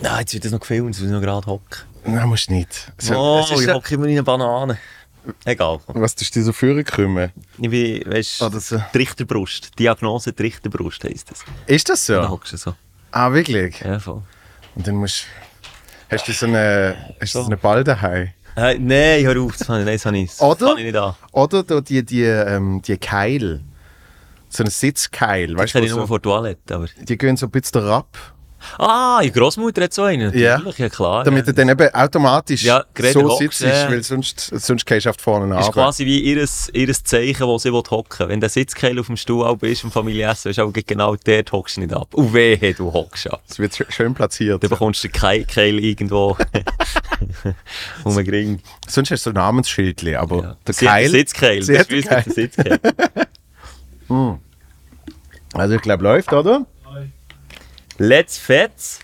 Ja, jetzt wird das noch gefilmt, jetzt muss ich noch gerade hocken. Nein, musst du nicht. Ich hocke immer in eine Banane. Egal. Was tust du so vorgekommen? Ich bin, weißt du, so. Trichterbrust. Diagnose Trichterbrust heisst das. Ist das so? Da hockst du so. Ah, wirklich? Ja, voll. Und dann hast du so eine Ball daheim? Nein, hör auf, das habe ich nicht an. Oder die Keil. So ein Sitzkeil. Das kenne ich nur vor der Toilette. Aber... Die gehen so ein bisschen herab. Ah, die Großmutter hat so einen. Natürlich, ja klar. Damit du dann eben automatisch so sitzt, ja. Weil sonst gehst du auf vorne Das ist quasi wie ihr Zeichen, wo sie hocken will. Wenn der Sitzkeil auf dem Stuhl ist, im Familienessen, ist aber genau dort hockst du nicht ab. Und wehe, du hockst ab. Es wird schön platziert. Dann bekommst du den Keil irgendwo um den Ring. Sonst hast du so ein Namensschildchen, aber der Keil... Sitzkeil, das ist der Sitzkeil. Also ich glaube, läuft, oder? Let's fetz.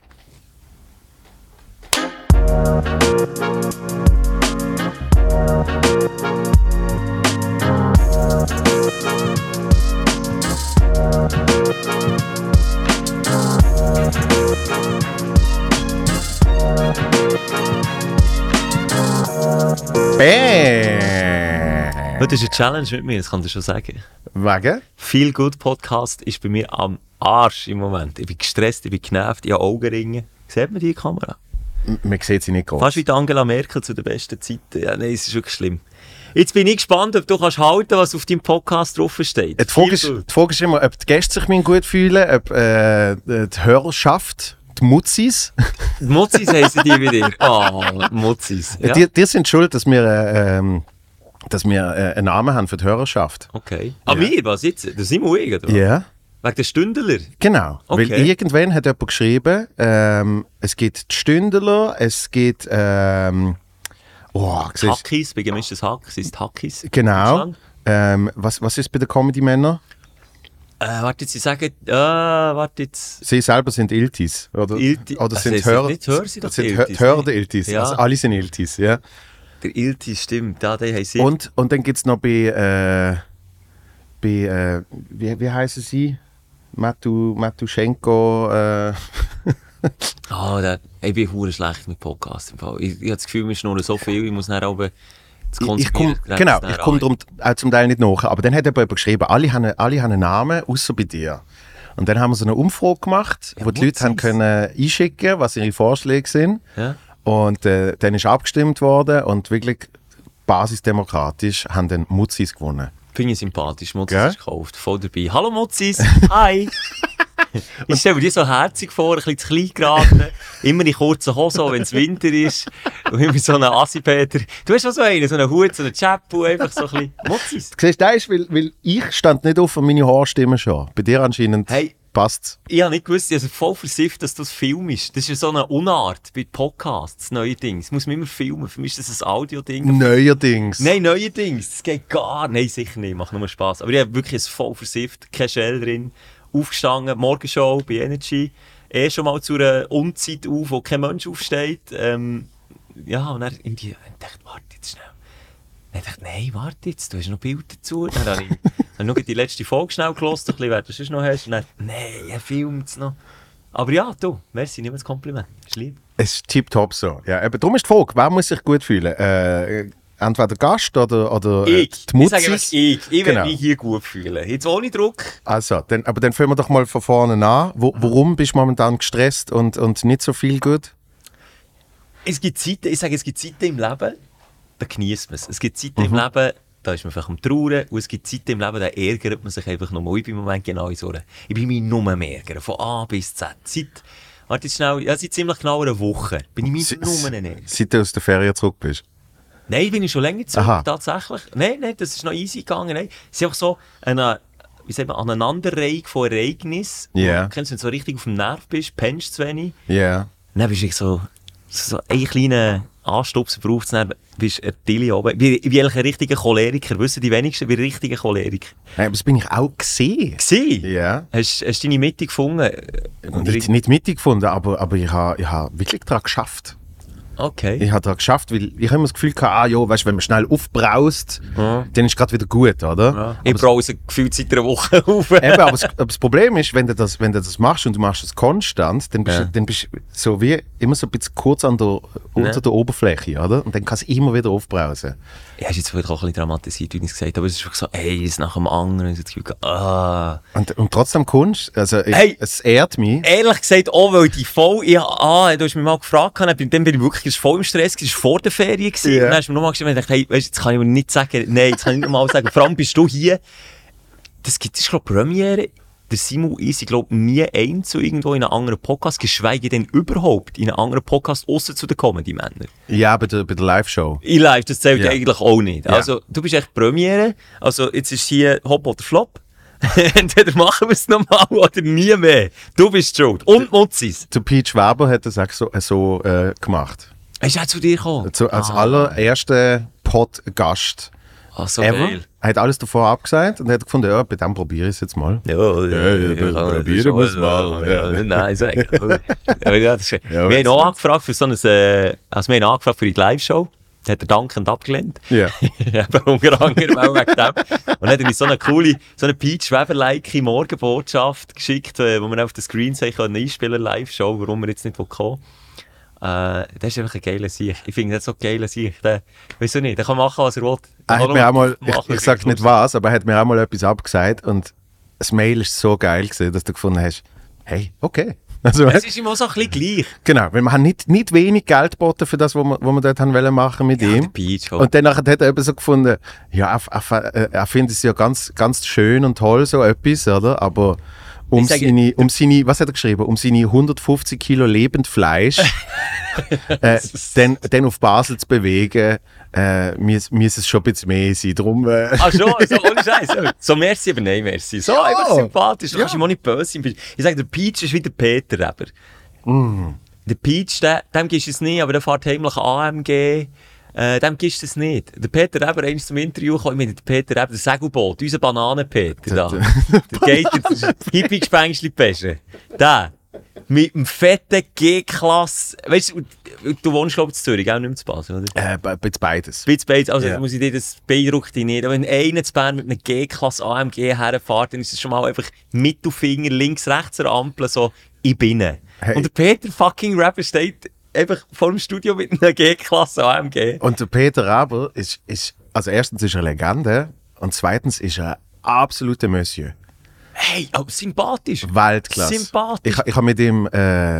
Das ist eine Challenge mit mir, das kann ich schon sagen. Wegen? Feel Good Podcast ist bei mir am Arsch im Moment. Ich bin gestresst, ich bin genervt, ich habe Augenringe. Sieht man die Kamera? Man sieht sie nicht groß. Fast wie die Angela Merkel zu den besten Zeiten. Ja, nein, es ist wirklich schlimm. Jetzt bin ich gespannt, ob du kannst halten, was auf deinem Podcast drauf steht. Die Frage ist immer, ob die Gäste sich gut fühlen, ob die Hörerschaft, die Mutzis. Die Mutzis heissen die wieder. Ah, Mutzis. Ja. Die sind schuld, dass wir einen Namen haben für die Hörerschaft. Okay. Aber wir, was jetzt? Das sind wir oder? Ja. Wegen der Stündler? Genau. Okay. Weil irgendwann hat jemand geschrieben, es gibt die Stündler, es gibt... Hackis, bei gemischtes Hack, es ist Hackis. Genau. Was ist bei den Comedy-Männern? Warte jetzt, sie sagen... warte jetzt... Sie selber sind Iltis, oder? Oder sind Hörer... Nicht Hörer, sind doch sind Iltis. Hörer der Iltis. Ja. Also alle sind Iltis, ja. Der Iltis, stimmt. Ja, der heisst Und dann gibt es noch bei wie heißen sie? Matuschenko. Ich bin verdammt schlecht mit Podcasts im Fall. Ich habe das Gefühl, wir schnurren so viel, ich muss dann oben das konsumieren. Ich komme darum auch zum Teil nicht nach. Aber dann hat jemand geschrieben, alle haben einen Namen, außer bei dir. Und dann haben wir so eine Umfrage gemacht, wo die Leute haben können einschicken, was ihre Vorschläge sind. Ja. Und dann ist abgestimmt worden und wirklich basisdemokratisch haben dann Mutzis gewonnen. Finde ich sympathisch, Mutzis ist gekauft, voll dabei. Hallo Mutzis, hi! Ich stelle mir die so herzig vor, ein bisschen zu klein geraten, immer in kurzen Hosen, wenn es Winter ist, und immer so einen Assi-Peter. Du hast auch so einen, so einen Hut, so einen Chapu, einfach so ein bisschen Mutzis. Du siehst, das ist, weil ich stand nicht auf und meine Haarstimmen schon. Bei dir anscheinend passt. Ich habe nicht gewusst, ich habe voll versifft, dass das Film ist. Das ist ja so eine Unart bei Podcasts, neuerdings. Das muss man immer filmen, für mich ist das ein Audio-Ding. Neuerdings? Nein, neuerdings. Das geht gar nicht. Nein, sicher nicht, macht nur Spass. Aber ich habe wirklich voll versifft, kein Shell drin. Aufgestanden, Morgenshow bei Energy, schon mal zu einer Unzeit auf, wo kein Mensch aufsteht. Und dann irgendwie, ich dachte, warte jetzt schnell. Dann dachte ich, nein, warte jetzt, du hast noch Bilder dazu. Dann habe ich noch die letzte Folge schnell gehört, wer du sonst noch hast. Und dann, nein, er filmt es noch. Aber ja, du, merci, nimm das Kompliment, ist lieb. Es ist tipptopp so. Ja, aber darum ist die Frage, wer muss sich gut fühlen? Entweder Gast oder die Mutzis. Ich werde mich hier gut fühlen. Jetzt ohne Druck. Also, aber dann fangen wir doch mal von vorne an. Warum bist du momentan gestresst und nicht so viel gut? Es gibt Zeiten, es gibt Zeiten im Leben, da genießt man es. Es gibt Zeiten im Leben, da ist man vielleicht am Trauern. Und es gibt Zeiten im Leben, da ärgert man sich einfach nochmal. Ich bin im Moment genau in so einer. Ich bin mich nur am Ärgern, von A bis Z. Seit ziemlich genau einer Woche bin ich mich nur nicht. Seit du aus der Ferien zurück bist? Nein, bin ich schon länger zurück, tatsächlich. Nein, das ist noch easy gegangen. Nein. Es ist auch so eine Aneinanderreihung von Ereignissen. Yeah. Kennst du, wenn du so richtig auf dem Nerv bist, pennst zu wenig. Ja. Yeah. Dann bist du so einen kleinen Anstupser braucht es, dann bist du Tilly oben. Ich bin eigentlich ein richtiger Choleriker. Wissen die wenigsten, ich bin ein richtiger Choleriker. Ja, aber das bin ich auch gesehen. Ja. Hast du deine Mitte gefunden? Nicht Mitte gefunden, aber ich habe wirklich daran geschafft. Okay. Ich habe das geschafft, weil ich immer das Gefühl hatte, weißt, wenn man schnell aufbraust, dann ist es gerade wieder gut, oder? Ja. Ich brause gefühlt seit einer Woche auf. Eben, aber das Problem ist, wenn du das machst und du machst es konstant, dann bist du so wie immer so ein bisschen kurz unter der Oberfläche, oder? Und dann kannst du immer wieder aufbrausen. Ja, hast jetzt vielleicht auch ein bisschen dramatisiert, wie ich es gesagt habe, aber es ist wirklich so, es nach dem anderen. Ich habe das Gefühl, Und trotzdem kommst du, es ehrt mich. Ehrlich gesagt, auch weil die voll, du hast mich mal gefragt, dann bin ich wirklich voll im Stress, es war vor der Ferien. Yeah. Und dann hast du mir nochmal geschrieben und ich dachte, hey, weißt, jetzt kann ich mir nicht sagen, nein, jetzt kann ich nicht nochmal sagen, vor allem bist du hier. Das ist, glaube ich, Premiere. Der Simon ist, ich glaube, nie einzeln irgendwo in einem anderen Podcast, geschweige denn überhaupt in einem anderen Podcast, ausser zu den Comedy-Männern. Ja, bei der Live-Show. In Live, das zählt eigentlich auch nicht. Ja. Also, du bist echt Premiere. Also, jetzt ist hier Hop oder Flop. Entweder machen wir es nochmal oder nie mehr. Du bist schuld. Und Mutzis. Der Peach Weber hat das auch so gemacht. Ist er zu dir gekommen? Als allererster Pod-Gast So ever. geil. Er hat alles davor abgesagt und hat gefunden, bei dem probiere ich es jetzt mal. Probieren wir es mal. Ja. Nein, so geil. Wir haben auch angefragt für wir haben angefragt für die Live-Show. Das hat er dankend abgelehnt. Ja. Aber unter anderem auch wegen dem. Und dann hat er uns so eine coole, so eine Peach Weber-like Morgenbotschaft geschickt, wo wir auf den Screens einspielen Live-Show, warum wir jetzt nicht kommen. Das ist einfach ein geiler Sieg. Ich finde das so ein geiler Sieg. Weißt du nicht, der kann machen, was er will. Er hat mir auch mal, ich sage nicht was, aber er hat mir auch mal etwas abgesagt und das Mail ist so geil gewesen, dass du gefunden hast, hey, okay. Also, es ist ihm auch so ein bisschen gleich. Genau, weil wir haben nicht wenig Geld geboten für das, was wir dort haben wollen machen mit ihm. Peach, und danach hat er eben so gefunden, er findet es ja ganz, ganz schön und toll, so etwas, oder? Aber was hat er geschrieben? Um seine 150 Kilo Lebendfleisch dann auf Basel zu bewegen, muss es schon ein bisschen mehr sein. Drum, Ach schon, so ohne Scheiß. So merci, aber nein, merci. So einfach sympathisch, du kannst ihm auch nicht böse sein. Ich sage, der Peach ist wie der Peter Reber. Der Peach, dem gibst du es nicht, aber der fährt heimlich AMG. Dem gibst du es nicht. Der Peter Reber, einmal zum Interview kam, der Peter Reber, der Segelboot, unser Bananenpeter da. Der geht der Hippie-Gespängschli-Pesche. Der. Mit dem fetten G-Klasse. Weißt du wohnst, glaube ich, in Zürich, auch nicht mehr zu Basel, oder? Beides. Beides. Also muss ich dir, das beeindruckt dich nicht. Aber wenn einer zu Bern mit einer G-Klasse AMG herfährt, dann ist es schon mal einfach Mittelfinger links, rechts an der Ampel so, ich bin. Hey. Und der Peter fucking Rapper steht einfach vor dem Studio mit einer G-Klasse AMG. Und der Peter Reber ist also erstens ist er eine Legende und zweitens ist er absoluter Monsieur. Hey, aber sympathisch. Weltklasse. Sympathisch. Ich habe mit dem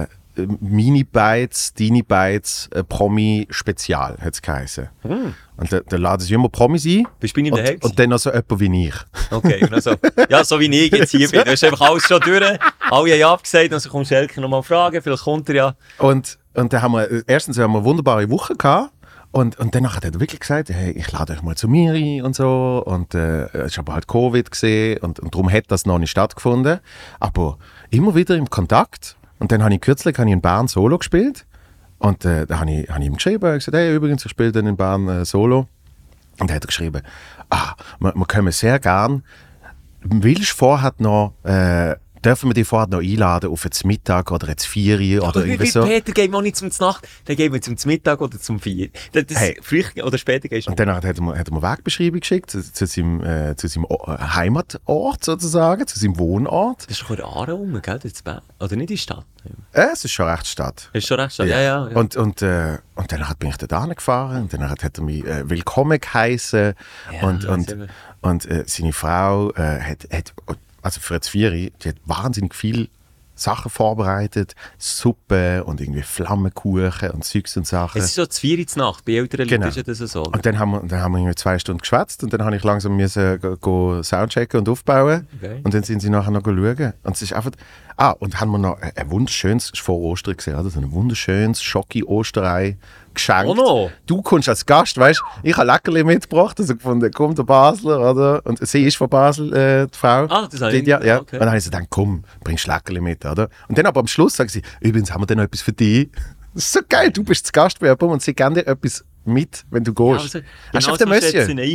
Mini-Bites, Dini-Bites, Promi-Spezial, hat es geheißen. Und da laden sie immer Promis ein. Bist du bei ihm daheim? Und dann noch so jemand wie ich. Okay, und also, ja, so wie ich jetzt hier bin. Du hast einfach alles schon durch, alle haben abgesagt, und so kommt Schelke noch mal fragen, vielleicht kommt er ja. Und dann haben wir, erstens haben wir eine wunderbare Woche gehabt. Und danach hat er wirklich gesagt, hey, ich lade euch mal zu mir ein und so. Und es war aber halt Covid gesehen und darum hat das noch nicht stattgefunden. Aber immer wieder im Kontakt. Und dann habe ich kürzlich in Bern Solo gespielt. Und da habe ich ihm geschrieben, ich gesagt, hey, übrigens, ich spiele dann in Bern Solo. Und dann hat er geschrieben, wir können sehr gern, willst du vorher noch... dürfen wir dich vorher noch einladen auf jetzt Mittag oder jetzt 4 oder irgendwie so? Peter geht auch nicht zum Nacht, dann gehen wir zum Mittag oder zum 4. Hey. Früher oder später gehst du. Und dann hat er mir Wegbeschreibung geschickt zu seinem Heimatort sozusagen, zu seinem Wohnort. Das ist doch in Aare rum, gell? Oder nicht in der Stadt? Es ist schon recht Stadt. Es ist schon recht Stadt, ja. Und dann bin ich da gefahren und dann hat er mich willkommen geheißen. Ja, und seine Frau hat also für jetzt 4, die hat wahnsinnig viel Sachen vorbereitet. Suppe und irgendwie Flammenkuchen und Zeugs und Sachen. Es ist so 4 Nacht, bei älteren Leuten ist das so. Und dann haben wir irgendwie 2 Stunden geschwätzt und dann habe ich langsam go Soundchecken und aufbauen. Okay. Und dann sind sie nachher noch schauen. Und es ist einfach... und haben wir noch ein wunderschönes, das war vor Ostern gesehen, also ein wunderschönes Schocki-Osterei geschenkt. Oh no. Du kommst als Gast, weißt du, ich habe Leckerli mitgebracht, also gefunden, komm, der Basler, oder? Und sie ist von Basel, die Frau. Das habe ich ja. Okay. Und dann habe ich so gedacht, komm, bringst Leckerli mit, oder? Und dann aber am Schluss sagen sie, übrigens haben wir dann noch etwas für dich. Das ist so geil, du bist das Gastwerber und sie geben dir etwas mit, wenn du gehst. Ja, also, genau so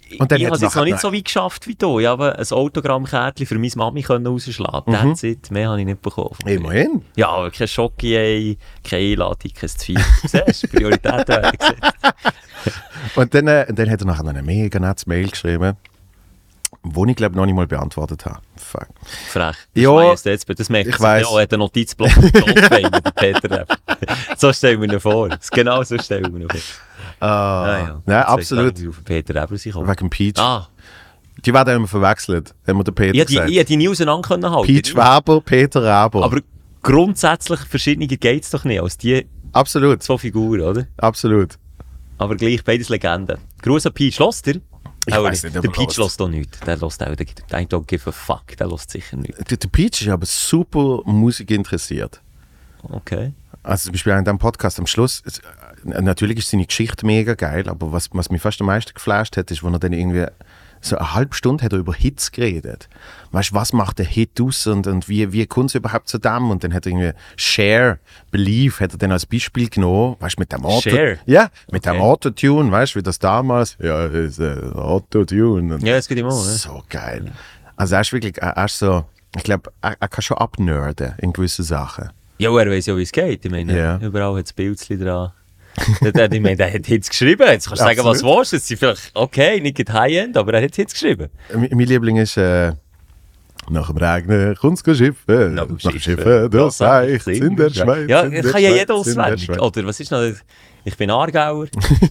Und dann ich hat habe es jetzt noch nachher- nicht so weit geschafft wie du. Ich habe ein Autogrammkärtchen für meine Mami rausschlagen. That's it. Mehr habe ich nicht bekommen. Immerhin. Ja, aber kein Schocki, kein Einladung, kein zu viel. Siehst du, Prioritäten werden gesetzt. Und dann hat er nachher noch eine mega nettes Mail geschrieben, wo ich glaube noch nicht mal beantwortet habe. Fuck. Frech. Ja, Das merkt ich sich. weiss. Ja, er hat einen Notizblock mit der Peter. So stellen wir ihn vor. Genau so stellen wir ihn vor. Nein, Jetzt weiss absolut. ich nicht, wie auf Peter Eber sich kommt. Wegen Peach. Ah, Die werden immer verwechselt, haben wir der Peter ich hätte gesagt. die nie auseinander können halten. Peach Weber, Peter Eber. Aber grundsätzlich verschiedener geht es doch nicht als die Absolut, zwei Figuren, oder? absolut. Aber gleich beides Legenden. Gruß an Peach. Hörst du? Ich weiss nicht, ob der er Peach hört. hört auch nichts. Der hört auch, der don't give a fuck. Der hört sicher nicht. Der Peach ist aber super Musik interessiert. Okay. Also zum Beispiel in diesem Podcast am Schluss, natürlich ist seine Geschichte mega geil, aber was mich fast am meisten geflasht hat, ist, wo er dann irgendwie so eine halbe Stunde hat er über Hits geredet. Weißt du, was macht der Hit aus und wie kommt es überhaupt zu dem? Und dann hat er irgendwie Share, Believe, hat er dann als Beispiel genommen, weißt du, mit dem Auto. Share? Ja, mit dem Okay. Autotune, weißt du, wie das damals, ja, ist Autotune. Und Ja, das geht immer. Ne? so geil. Also er ist wirklich, er ist so, ich glaube, er kann schon abnerden in gewissen Sachen. Ja, er weiss ja, wie es geht. Ich meine, Ja. überall hat es Bildchen dran. Ich meine, der hat Hits geschrieben. Jetzt kannst du sagen, was Absolut. willst du. Es sind vielleicht, okay, nicht High-End, aber er hat Hits geschrieben. Mein Liebling ist nach dem Regen kommt's schiffen, nach dem Schiffen durchs Eich, in der Schweiz. Ja, in der das kann ja Schweiz, jeder in der auswendig. Schweiz. Oder was ist noch? Ich bin Aargauer.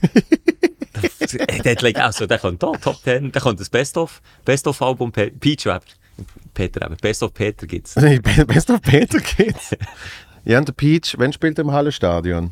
Also, der kommt da, Top 10. Der kommt das Best-of-Album Peach Weber. Peter Weber. Best of Peter gibt's. Best of Peter geht's. Ja, und der Peach, wann spielt er im Hallenstadion?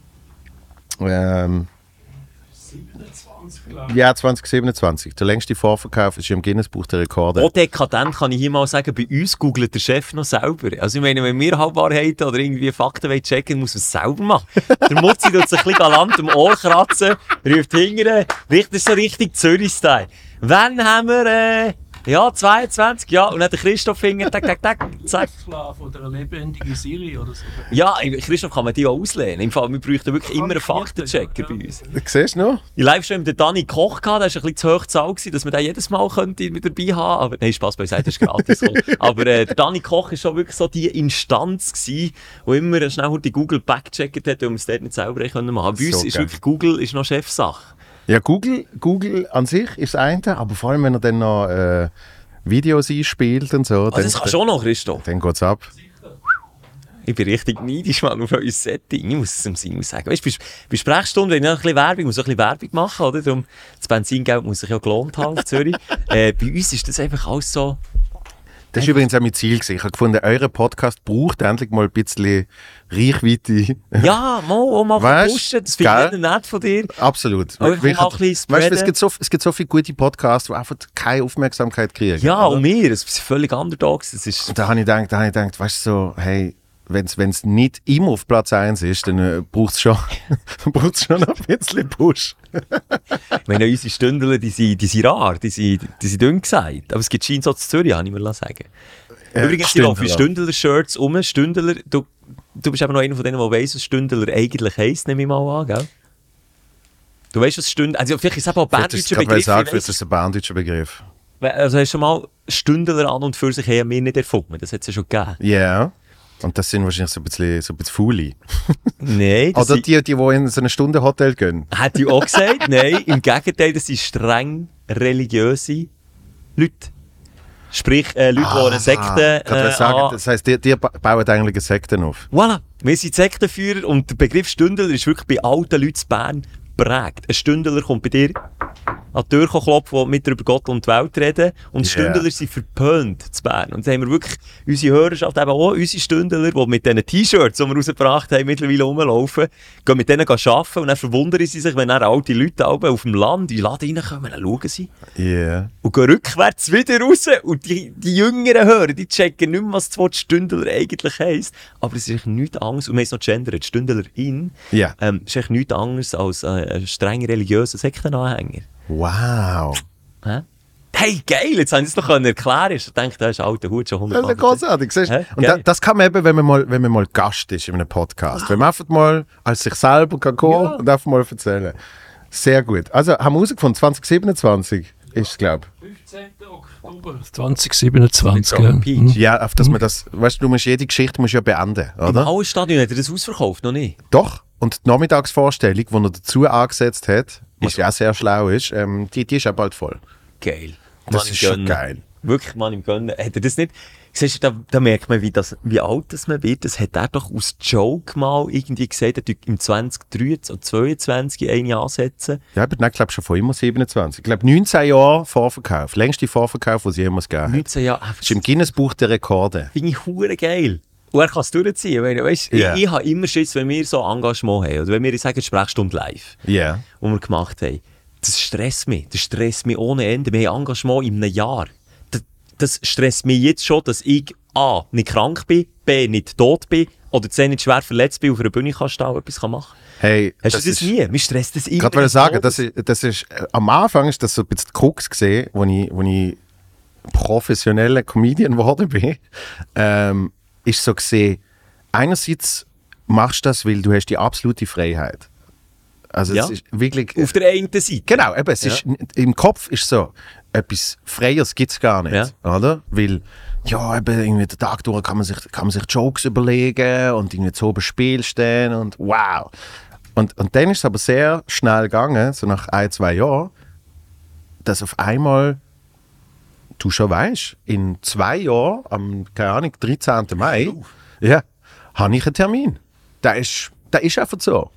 27, glaube ich. Ja, 2027. Der längste Vorverkauf ist im Guinness-Buch der Rekorde. Auch dekadent kann ich hier mal sagen, bei uns googelt der Chef noch selber. Also ich meine, wenn wir Halbwahrheiten oder irgendwie Fakten wollen checken, muss man es selber machen. Der Mutzi tut sich ein bisschen galant am Ohr kratzen, ruft hingern, das ist so richtig Zürich-Style. Wann haben wir, ja, 22, ja, und dann der Christoph Finger, zack. Sklave oder eine lebendige Serie oder so. Ja, Christoph kann man die auch auslehnen. Im Fall, wir bräuchten wirklich immer einen Faktenchecker bei uns. Siehst du noch? Ich live schon mit Dani Koch gehabt, der war ein bisschen zu hoch Zahl, dass wir den jedes Mal könnte mit dabei haben. Aber nein, Spaß beiseite, das ist gratis. Aber der Dani Koch war schon wirklich so die Instanz gewesen, die immer schnell die Google backgecheckt hat, weil wir es dort nicht selber machen können. Bei uns So ist geil. wirklich Google ist noch Chefsache. Ja, Google an sich ist das eine, aber vor allem, wenn er dann noch Videos einspielt und so, Also das kann schon noch, Christoph. dann geht's ab. Ich bin richtig neidisch, Mann, auf unser Setting. Ich muss es ihm sagen. Weißt du, bei Sprechstunden, wenn ich noch ein bisschen Werbung, muss ich ein bisschen Werbung machen, oder? Darum, das Benzingeld muss sich ja gelohnt haben auf Zürich. Bei uns ist das einfach alles so... Das war übrigens auch mein Ziel gewesen. Ich habe gefunden, euer Podcast braucht endlich mal ein bisschen Reichweite. Ja, auch mal Weißt, pushen, das finde ich gell? nicht nett von dir. Absolut. Aber ich will auch ein bisschen weißt, spreaden. es gibt so viele gute Podcasts, die einfach keine Aufmerksamkeit kriegen. Ja, oder? und wir, das sind völlig Underdogs. Das ist... Und da habe ich gedacht, weißt du, so, hey, wenn es nicht immer auf Platz 1 ist, dann braucht es schon, schon ein bisschen Push. Ich meine, unsere Stündler, die sind rar, die sind dünn gesagt. Aber es gibt Scheins auch zu Zürich, habe ich mir sagen. Übrigens, die laufen Stündler-Shirts um. Stündler, du bist eben noch einer von denen, der weiss, was Stündler eigentlich heisst, nehme ich mal an, gell? Du weißt, was Stündler... Also vielleicht ist es eben auch ein berndeutscher Begriff. Vielleicht ist es ein berndeutscher Begriff. Also hast du schon mal Stündler an und für sich haben wir nicht erfunden. Das hat es ja schon gegeben. Ja. Und das sind wahrscheinlich so ein bisschen Fuli. Nein, das Oder die in so ein Stundenhotel gehen. hätte ich auch gesagt. Nein, im Gegenteil, das sind streng religiöse Leute. Sprich, Leute, die eine Sekte sagen, das heisst, die bauen eigentlich eine Sekte auf. Voilà, wir sind Sektenführer und der Begriff Stündler ist wirklich bei alten Leuten in Bern prägt. Ein Stündler kommt bei dir an die Tür klopfen, die mit über Gott und die Welt reden. Und Yeah. Stündler sind verpönt zu Bern. Und da haben wir wirklich unsere Hörerschaft, eben auch unsere Stündler, die mit diesen T-Shirts, die wir rausgebracht haben, mittlerweile rumlaufen, gehen mit denen arbeiten und dann verwundern sie sich, wenn dann alte Leute auf dem Land in den Laden reinkommen, dann schauen sie. Yeah. Und gehen rückwärts wieder raus. Und die Jüngeren hören, die checken nicht mehr, was das Wort Stündler eigentlich heisst. Aber es ist eigentlich nichts anderes, und wir haben es noch gendert, Stündlerin, Ja. ist eigentlich nichts anderes als ein streng religiöser Sektenanhänger. Wow. Hä? Hey, geil, jetzt haben sie es noch erklären. Ich dachte, das ist ein alter Hut, schon Das ist 100 großartig. Siehst du? Hä? Und Geil. das kann man eben, wenn man mal Gast ist in einem Podcast. Wenn man einfach mal als sich selber kann kommen Ja. und einfach mal erzählen. Sehr gut. Also haben wir herausgefunden, 2027 ist es, glaube ich. 15. Oktober 2027. Ja. Peach. Ja, auf dass man das, weißt du, jede Geschichte musst ja beenden, Im oder? Hallenstadion hat er das ausverkauft, noch nicht? Doch. Und die Nachmittagsvorstellung, die er dazu angesetzt hat, was ja auch sehr schlau ist, die ist auch bald voll. Geil. Das Mann, ist im schon Gönnen. geil. Wirklich, Mann, im Gönnen. Hat er das nicht... Siehst du, da merkt man, wie alt das man wird. Das hat er doch aus Joke mal irgendwie gesagt, er tut im 2023 oder 2022 eine ansetzen. Ja, aber ich glaube schon von immer 27. Ich glaube 19 Jahre Vorverkauf. Längste Vorverkauf, den es jemals gegeben hat. 19 Jahre. Das ist im Guinness-Buch der Rekorde. Finde ich hure geil. Und er kann es durchziehen. Weißt, Yeah. ich habe immer Schiss, wenn wir so Engagement haben. Oder wenn wir sagen, Sprechstunde live, Ja. die wir gemacht haben. Das stresst mich. Das stresst mich ohne Ende. Wir haben Engagement in einem Jahr. Das stresst mich jetzt schon, dass ich A, nicht krank bin, B, nicht tot bin oder C, nicht schwer verletzt bin, auf einer Bühne kann stehen und etwas machen kann. Hey, Hast du das nie? Mich stresst das immer. Ich wollte sagen, das ist, am Anfang ist das so ein bisschen die Krux gesehen, wo ich professioneller Comedian geworden bin, ist so gesehen, einerseits machst du das, weil du hast die absolute Freiheit. Also Ja. es ist wirklich... Auf der einen Seite. Genau, eben, es ist, im Kopf ist so, etwas Freieres gibt es gar nicht, Ja. oder? Weil, ja, eben, irgendwie den Tag durch kann man sich Jokes überlegen und irgendwie zu oben Spiel stehen und wow. Und dann ist es aber sehr schnell gegangen, so nach 1-2 Jahren, dass auf einmal du schon weißt, in 2 Jahren, am, keine Ahnung, 13. Mai, ja, habe ich einen Termin. Der ist einfach so.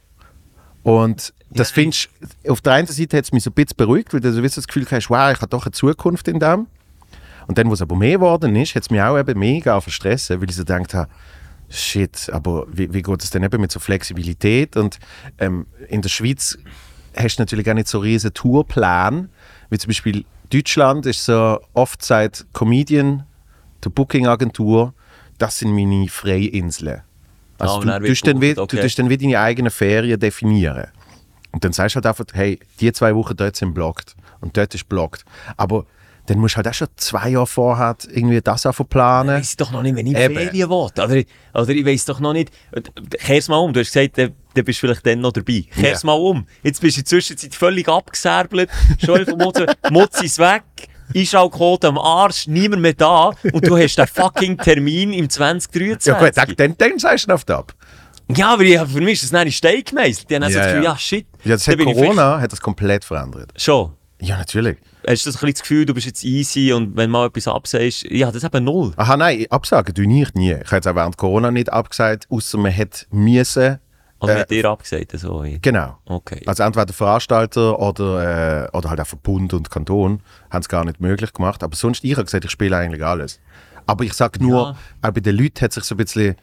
Und das findest auf der einen Seite hat es mich so ein bisschen beruhigt, weil du so das Gefühl hast, wow, ich habe doch eine Zukunft in dem. Und dann, wo es aber mehr geworden ist, hat es mich auch eben mega verstressen, weil ich so gedacht habe, shit, aber wie geht es denn eben mit so Flexibilität? Und in der Schweiz hast du natürlich auch nicht so riesen Tourplan, wie zum Beispiel Deutschland ist so oft seit Comedian, der Booking-Agentur, das sind meine Freiinseln. Also und dann du wird tust dann gebucht, wie, okay. du tust dann wie deine eigenen Ferien definieren. Und dann sagst du halt einfach, hey, die 2 Wochen dort sind blockt und dort ist blockt. Aber dann musst du halt auch schon 2 Jahre vorher irgendwie das auch Ich planen. weiss doch noch nicht, wenn ich Eben. Ferien will. Oder ich weiss doch noch nicht. Kehr's mal um. Du hast gesagt, dann bist du vielleicht dann noch dabei. Kehr's mal um. Jetzt bist du in der Zwischenzeit völlig abgesärbelt. Schon vom Mutzi ist weg. Einschaltquote am Arsch, niemand mehr da. Und du hast den fucking Termin im 2023. Ja gut, dann sagst du oft ab. Ja, aber für mich ist das nicht in Stein gemeißelt. Die haben also das Gefühl, ja shit. Ja, das dann hat bin ich Corona hat das komplett verändert. vielleicht- Schon. Ja, natürlich. Hast du das, ein bisschen das Gefühl, du bist jetzt easy und wenn mal etwas absagst, ja, das ist eben null. Aha, nein, absagen tue ich nie. Ich habe jetzt auch während Corona nicht abgesagt, außer man hätte müssen. Also mit dir abgesagt, so. Genau. Okay. Also entweder der Veranstalter oder halt auch Verbund und Kanton haben es gar nicht möglich gemacht. Aber sonst, ich habe gesagt, ich spiele eigentlich alles. Aber ich sage nur, Ja. auch bei den Leuten hat sich so ein bisschen...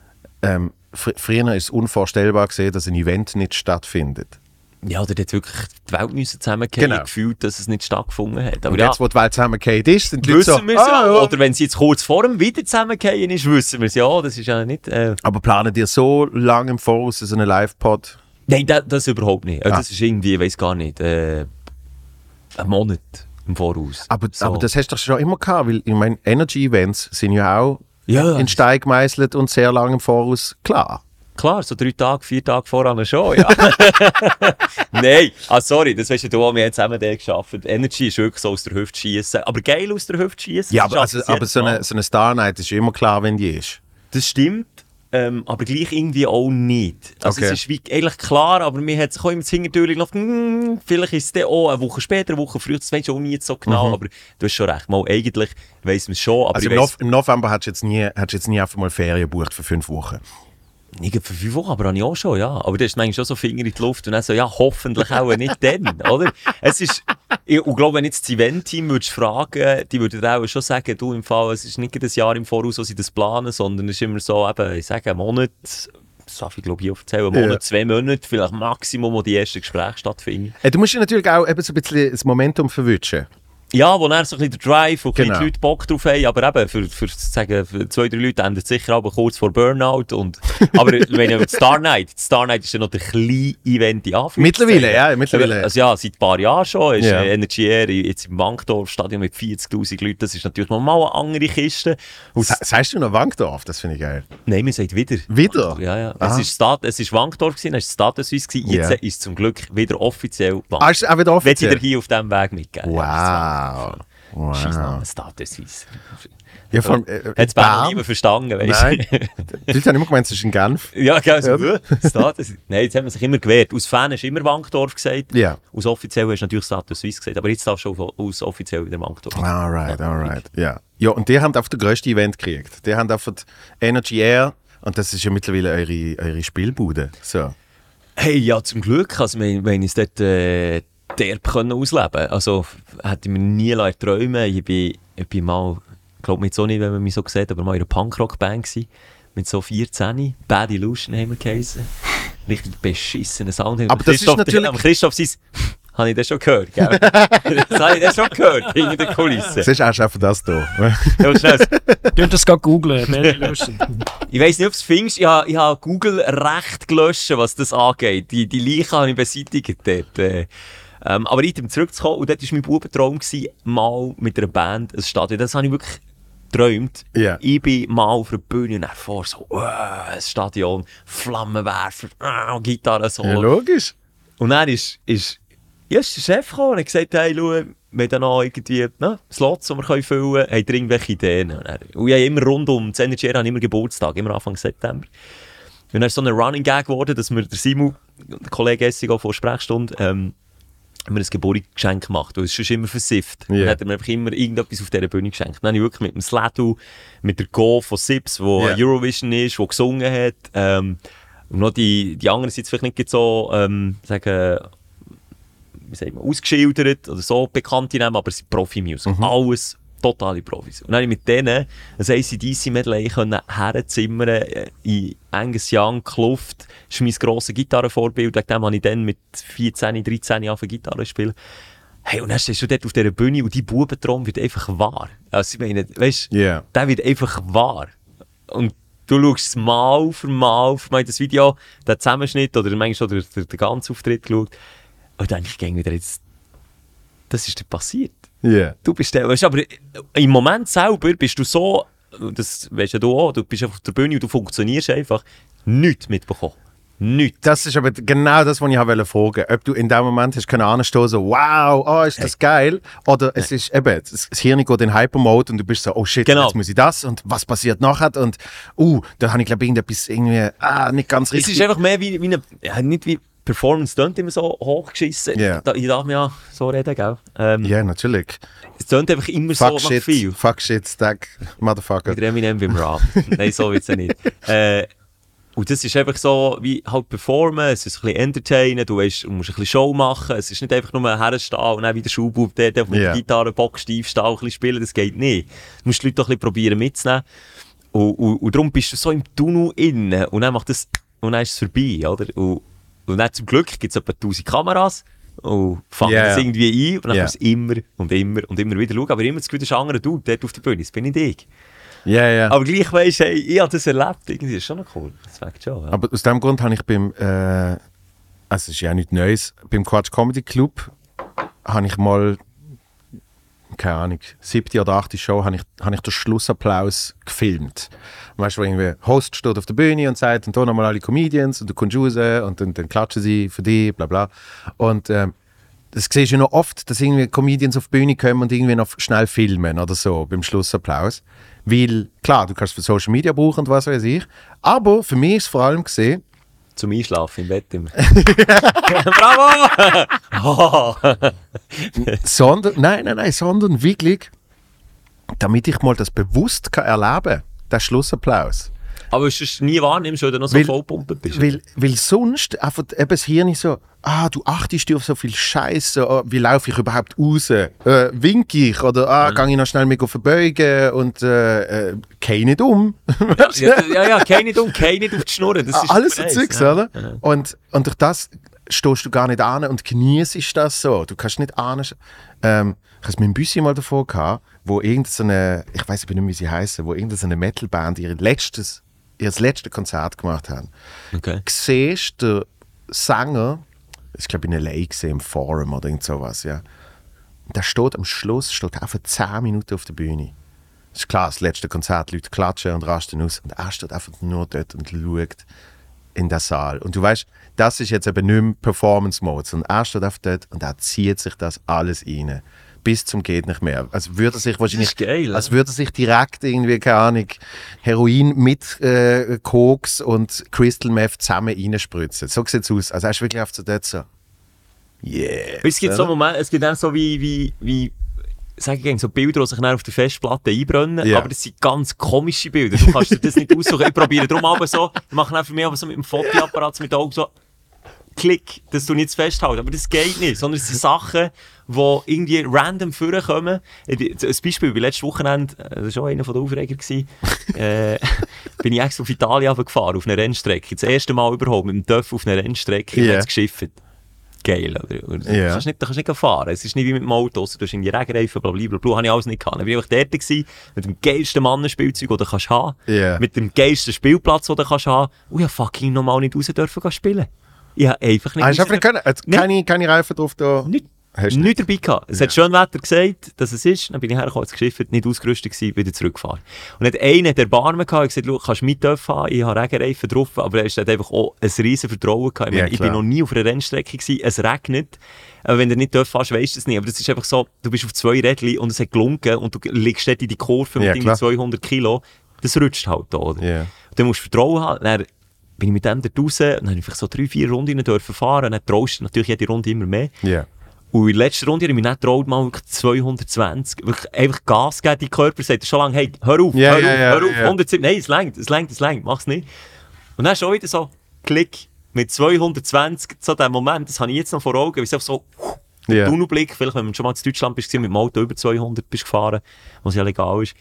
früher ist es unvorstellbar gewesen, dass ein Event nicht stattfindet. Ja, oder hat wirklich die Welt müssen zusammengehen, Genau. gefühlt, dass es nicht stattgefunden hat. Aber Und ja, jetzt, wo die Welt zusammengefallen ist, sind die Leute wissen so... wir es ja. ja. Oder wenn sie jetzt kurz vor dem wieder zusammengehen ist, wissen wir es ja. Das ist ja nicht... Aber planen dir so lange im Voraus so einen Live-Pod? Nein, das überhaupt nicht. Ah. Das ist irgendwie, ich weiß gar nicht, ein Monat im Voraus. Aber So. das hast du doch schon immer gehabt, weil ich meine, Energy-Events sind ja auch Ja, in Stein gemeißelt und sehr lange im Voraus klar. klar, so 3 Tage, 4 Tage voran schon, ja. Nein, sorry, das weißt du, wir haben zusammen den geschafft. Energy ist wirklich so aus der Hüfte schießen. Aber geil aus der Hüfte schießen. Ja, aber so eine Star-Night ist immer klar, wenn die ist. Das stimmt, aber gleich irgendwie auch nicht. Also Okay. es ist wie, eigentlich klar, aber mir hat sich auch immer das Hintertür gedacht, vielleicht ist es dann auch eine Woche später, eine Woche früher, das weisst du auch nie so genau, aber du hast schon recht, mal eigentlich weiss man es schon, aber Also ich weiss, im November hättest du jetzt nie einfach mal Ferien gebucht für 5 Wochen. nicht für 5 Wochen, aber habe ich auch schon, ja. Aber da ist manchmal schon so Finger in die Luft und dann so, ja, hoffentlich auch nicht dann, oder? Es ist, ich glaube, wenn jetzt das Event-Team würdest fragen, die würden auch schon sagen, du, im Fall, es ist nicht ein Jahr im Voraus, wo sie das planen, sondern es ist immer so, eben, ich sage, einen Monat, das darf ich glaube ich erzählen, einen Monat, 2 Monate, vielleicht Maximum, wo die ersten Gespräche stattfinden. Du musst ja natürlich auch eben so ein bisschen das Momentum verwünschen. Ja, wo dann so ein bisschen der Drive, wo Genau. die Leute Bock drauf haben, aber eben, für 2-3 Leute endet es sicher aber kurz vor Burnout. Aber wenn ich Star Night ist ja noch der kleine Event in Anführungszeichen. Mittlerweile. Also ja, seit ein paar Jahren schon ist Ja. Energy Air jetzt im Wankdorf-Stadion mit 40'000 Leuten, das ist natürlich nochmal eine andere Kiste. Sagst du noch Wankdorf? Das finde ich geil. Nein, man sagt wieder. Wieder? Ja, ja. Aha. Es ist Wankdorf gewesen, dann ist es Status Suisse gewesen, jetzt Ja. ist es zum Glück wieder offiziell Wankdorf. Ah, ist es auch wieder Wenn offiziell? sie dir hier auf diesem Weg mitgeben. Wow. Scheissname, Status Suisse. Ja, vor allem, Hat es Bern niemand verstanden, weißt Nein. Die Leute haben immer gemeint, es ist in Genf. Ja, gell, so, Ja. Status. Nein, jetzt haben wir sich immer gewehrt. Aus Fan hast du immer Wankdorf gesagt. Ja. Aus offiziell hast du natürlich Status Suisse gesagt. Aber jetzt darfst du auch aus offiziell wieder Wankdorf. Alright. Ja. Ja, und die haben einfach das grösste Event gekriegt. Die haben einfach Energy Air und das ist ja mittlerweile eure Spielbude. So. Hey, ja, zum Glück. Also, wir haben uns dort derb können ausleben. Also, hätte ich mir nie träumen. Ich bin mal, ich glaube jetzt auch nicht, wenn man mich so sieht, aber mal in einer Punkrock-Band gewesen. Mit so 14. Bad Illusion haben wir geheißen. Richtig beschissenen Sound. Aber das ist natürlich- Christoph sein... Habe ich das schon gehört, gell? Das habe ich das schon gehört, hinter der Kulisse. Siehst du, auch schon das hier. Ja, schnell. Könnt das gerade googlen, Bad Illusion. Ich weiss nicht, ob du es findest. Ich habe Google recht gelöscht, was das angeht. Die Leichen habe ich beseitigt dort. Aber um zurückzukommen, und dort war mein Bubentraum, mal mit einer Band ein Stadion. Das habe ich wirklich geträumt. Ja. Ich bin mal auf der Bühne und davor so, ein Stadion, Flammenwerfer, Gitarre, so. Ja, logisch. Und dann ist der Chef gekommen und hat gesagt, hey, schau, wir haben da noch irgendwie Slots, die wir füllen können. Habt ihr irgendwelche Ideen? Und ich habe immer rund um das Energy Air immer Geburtstag, immer Anfang September. Und dann ist so ein Running Gag geworden, dass wir der Simon, der Kollege Essigo von Sprechstunde, haben wir ein Geburtstagsgeschenk gemacht. Und es ist immer versifft. Yeah. Dann hat er mir einfach immer irgendetwas auf dieser Bühne geschenkt. Dann habe ich wirklich mit dem Slatu, mit der Go von Sips, wo Yeah. Eurovision ist, wo gesungen hat, und noch die anderen sind jetzt vielleicht nicht so, sagen, wie sagt man, ausgeschildert oder so bekannte Namen, aber es sind Profi-Music. Alles totale Profis. Und dann habe ich mit denen ein ACDC-Medley herzimmern in Angus Young, Kluft. Das ist mein grosses Gitarrenvorbild. Wegen dem habe ich dann mit 14, 13 Jahren Gitarre gespielt. Hey, und dann stehst du dort auf dieser Bühne und die Bubentraum wird einfach wahr. Also ich meine, weißt du, Yeah. der wird einfach wahr. Und du schaust es mal für mal, ich meine, das Video, der Zusammenschnitt oder manchmal schon den ganzen Auftritt geschaut. Und dann denke ich wieder jetzt, das ist dir passiert. Yeah. Du bist der, weißt, aber im Moment selber bist du so, das weißt ja du auch, du bist auf der Bühne und du funktionierst einfach, nichts mitbekommen. Nichts. Das ist aber genau das, was ich fragen wollte. Ob du in dem Moment hast können anstehen, so wow, oh, ist das geil. Oder es ist eben, das Hirn geht in Hypermode und du bist so, oh shit, Genau. jetzt muss ich das und was passiert nachher und da habe ich glaube ich irgendetwas irgendwie nicht ganz Es richtig. ist einfach mehr wie eine, ja, nicht wie Performance tönt immer so hochgeschissen. Ja. Ich darf mir ja so reden, gell? Ja, natürlich. Es tönt einfach immer Fuck so nach viel. fuck shit, stack, motherfucker. Mit Eminem beim Rap. Nein, so wird es ja nicht. Und das ist einfach so, wie halt performen, es ist ein bisschen entertainen, du musst ein bisschen Show machen, es ist nicht einfach nur herstehen und dann wieder Schulbub der auf Ja. der Gitarre Bock steif stehen und ein bisschen spielen, das geht nicht. Du musst die Leute doch ein bisschen probieren mitzunehmen. Und darum bist du so im Tunnel innen und dann macht das, und dann ist es vorbei, oder? Und dann zum Glück gibt es etwa 1000 Kameras und fangen Ja, das ja. irgendwie ein und dann Ja. kannst du immer und immer und immer wieder schauen, aber immer das Gefühl, das ist ein anderer Dude dort auf der Bühne, das bin nicht ich. Ja, ja. Aber gleich weisst du, hey, ich habe das erlebt, irgendwie ist schon noch cool. Das fängt schon, ja. Aber aus dem Grund habe ich beim, also es ist ja nichts Neues, beim Quatsch Comedy Club habe ich mal, keine Ahnung, 7. oder 8. Show, habe ich den Schlussapplaus gefilmt. Weißt du, wo irgendwie Host steht auf der Bühne und sagt, und da nochmal alle Comedians und du kommst raus und dann klatschen sie für dich, bla bla. Und das siehst du noch oft, dass irgendwie Comedians auf die Bühne kommen und irgendwie noch schnell filmen oder so beim Schlussapplaus. Weil, klar, du kannst für Social Media brauchen und was weiß ich, aber für mich ist es vor allem gesehen, Zum Einschlafen im Bett immer. Bravo! Oh. sondern wirklich, damit ich mal das bewusst kann erleben kann, den Schlussapplaus. Aber es ist nie wahrnimmst, weil du noch so Weil- vollpumpt bist. Weil sonst einfach eben das Hirn so, du achtest auf so viel Scheiße, wie laufe ich überhaupt raus, winke ich oder gehe ich noch schnell mich verbeugen und gehe nicht um. Ja, kein nicht auf die Schnurren. Das ist Alles so super Zeugs, nice, ja. oder? Und durch das stehst du gar nicht an und genießt das so. Du kannst nicht an. Ich hatte es mit dem Büssi mal davor gehabt, wo irgendeine, ich weiß nicht mehr, wie sie heißen, wo irgendeine Metalband ihr letztes Konzert gemacht haben. Okay. Siehst du den Sänger, ich glaube in L.A. gesehen, im Forum oder irgend sowas, ja. Und der steht am Schluss, einfach 10 Minuten auf der Bühne. Das ist klar, das letzte Konzert, Leute klatschen und rasten aus. Und er steht einfach nur dort und schaut in den Saal. Und du weißt, das ist jetzt eben nicht mehr Performance-Mode, sondern er steht einfach dort und er zieht sich das alles rein. Bis zum geht nicht mehr. Also würde er sich wahrscheinlich, geil, als würde er sich direkt irgendwie, keine Ahnung, Heroin mit Koks und Crystal Meth zusammen reinspritzen. So sieht es aus. Also er ist wirklich auf so dort so, yeah. Es gibt so Momente, es gibt auch so wie sag ich, so Bilder, die sich dann auf der Festplatte einbrennen, Ja. aber das sind ganz komische Bilder. Du kannst dir das nicht aussuchen. Ich probiere darum aber so, ich mache dann für mich aber so mit dem Fotoapparat mit den Augen so Klick, dass du nicht festhalten. Aber das geht nicht, sondern es sind Sachen, die irgendwie random vorkommen. Ein Beispiel, bei letztes Wochenende, das war auch einer der Aufreger, bin ich extra auf Italien gefahren, auf einer Rennstrecke. Das erste Mal überhaupt mit dem Töff auf einer Rennstrecke, Yeah. jetzt geschifft. Geil, oder? Du Yeah. kannst nicht fahren. Es ist nicht wie mit dem Auto, du hast irgendwie Regenreifen, blablabla, habe ich alles nicht gehabt. Dann bin ich dort gewesen, mit dem geilsten Mannenspielzeug, das du kannst haben, Yeah. mit dem geilsten Spielplatz, den du kannst haben, und ich fucking normal nicht raus dürfen spielen. Ich habe einfach nicht Hast du einfach raus- nicht keine Reifen drauf da? Nicht. Hast du Nicht dabei gehabt. Es hat schön Wetter gesagt, dass es ist. Dann bin ich hergekommen, geschifft, nicht ausgerüstet gewesen, wieder zurückgefahren. Und hat einer der Barmen gehabt, gesagt, schau, kannst du mit haben, ich habe Regenreifen drauf, aber er hat einfach auch ein riesen Vertrauen gehabt. Ich, Ja, meine, ich klar. bin noch nie auf einer Rennstrecke gewesen, es regnet. Aber wenn du nicht hast, weisst du es nicht. Aber das ist einfach so, du bist auf 2 Rädchen und es hat gelunken und du liegst dort in die Kurve mit Ja, irgendwie klar. 200 Kilo. Das rutscht halt da, oder? Ja. Und dann musst du Vertrauen haben. Dann bin ich mit dem dort raus und dann habe ich so 3-4 Runden dürfen fahren. Und dann traust du natürlich jede Runde immer mehr. Ja. Und in der letzten Runde habe ich mich nicht getraut, mal wirklich 220, wirklich einfach Gas geben, dein Körper sagt schon lange, hey, hör auf, Ja, hör auf, ja. 170, nein, es langt, mach's nicht. Und dann schon wieder so, Klick, mit 220, so der Moment, das habe ich jetzt noch vor Augen, wie es einfach so, Ja. Tunnelblick, vielleicht wenn du schon mal in Deutschland bist, mit dem Auto über 200 bist gefahren, was ja legal ist,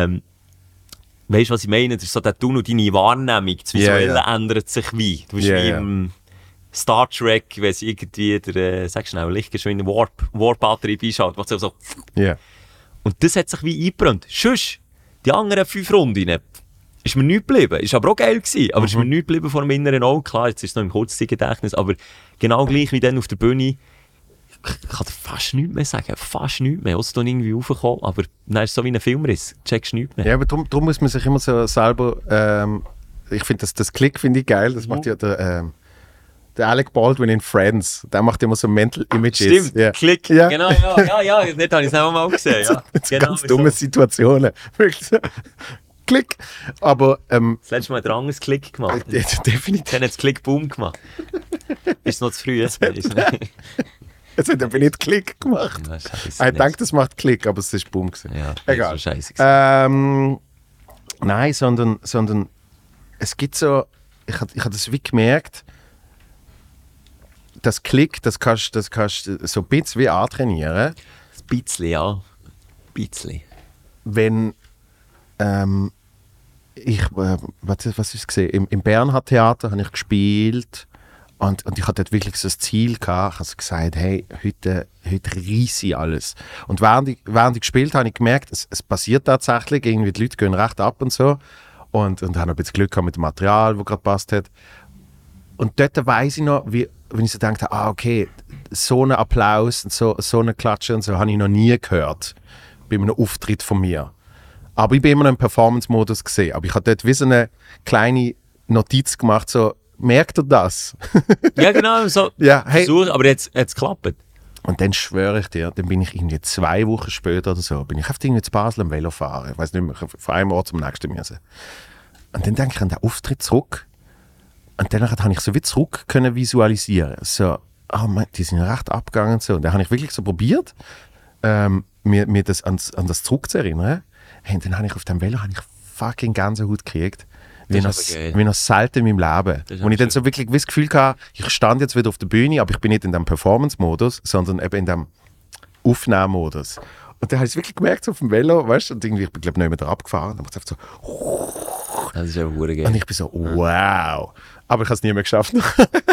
weißt du, was ich meine? Das ist so der Tunnel, deine Wahrnehmung, das Visuelle Ja. ändert sich wie. Du bist Ja, wie ja. im Star Trek, wenn sie irgendwie der, sag schnell, lichtgeschwinde Warp-Batterie beischaut, macht es so. Ja. Und das hat sich wie eingebrannt. Sonst, die anderen 5 Runden, ist mir nichts geblieben. Ist aber auch geil gewesen, aber ist mir nichts geblieben vor dem inneren Auge. Klar, jetzt ist es noch im Kurzzeitgedächtnis, aber genau gleich wie dann auf der Bühne, ich kann dir fast nichts mehr sagen, fast nichts mehr. Ausser dann irgendwie raufkommen, aber dann ist es so wie ein Filmriss, checkst nichts mehr. Ja, aber darum muss man sich immer so selber, ich finde das Klick finde ich geil, das macht ja der Alec Baldwin in Friends, der macht immer so Mental Images. Stimmt, Ja. Klick, Ja. genau, ja, nicht habe ich es auch mal gesehen. Ja. Das sind Genau, ganz dumme Situationen. Wirklich so. Klick. Aber Das letzte Mal hat er anderes Klick gemacht. definitiv. Dann hat es Klick-Boom gemacht. Ist es noch zu früh? Ist nicht. Es hat aber nicht Klick gemacht. Ja, scheisse, Ich nicht. denke, das macht Klick, aber es ist Boom gewesen. Ja, Egal. Das war scheiße gewesen. Nein, sondern es gibt so, ich hab das wie gemerkt, das Klick, das kannst du so ein bisschen wie antrainieren, Ein bisschen, ja. Ein bisschen. wenn was ist es gesehen? Im Bernhard Theater habe ich gespielt und ich hatte dort wirklich so das Ziel gehabt. Ich habe so gesagt, hey, heute reisse ich alles. Und während ich gespielt habe, habe ich gemerkt, es passiert tatsächlich, irgendwie die Leute gehen recht ab und so und habe ein bisschen Glück gehabt mit dem Material, das gerade passt hat. Und dort weiss ich noch, wenn ich so dachte, okay, so einen Applaus und so eine Klatsche und so habe ich noch nie gehört bei einem Auftritt von mir. Aber ich bin immer noch im Performance-Modus gesehen. Aber ich habe dort wie so eine kleine Notiz gemacht, so, merkt ihr das? Ja, genau. So Ja, hey. Versuch, aber jetzt hat es geklappt. Und dann schwöre ich dir, dann bin ich irgendwie 2 Wochen später oder so, bin ich einfach irgendwie zu Basel am Velo fahren. Ich weiß nicht mehr, von einem Ort zum nächsten müssen. Und dann denke ich an den Auftritt zurück. Und danach habe ich so wie zurück können visualisieren. So, die sind recht abgegangen und so. Und dann habe ich wirklich so probiert, mir das an das zurückzuerinnern. Hey, und dann habe ich auf dem Velo fucking Gänsehaut gekriegt. Wie noch aber geil. selten in meinem Leben. ist Wo aber ich dann schön. so wirklich das Gefühl hatte, ich stand jetzt wieder auf der Bühne, aber ich bin nicht in dem Performance-Modus, sondern eben in dem Aufnahmemodus. Und dann habe ich es wirklich gemerkt, so auf dem Velo, weißt du, und irgendwie, ich bin, glaube ich, nicht mehr abgefahren. Dann macht es einfach so, Das ist ja verdammt und geil. ich bin so, wow. Aber ich habe es nie mehr geschafft.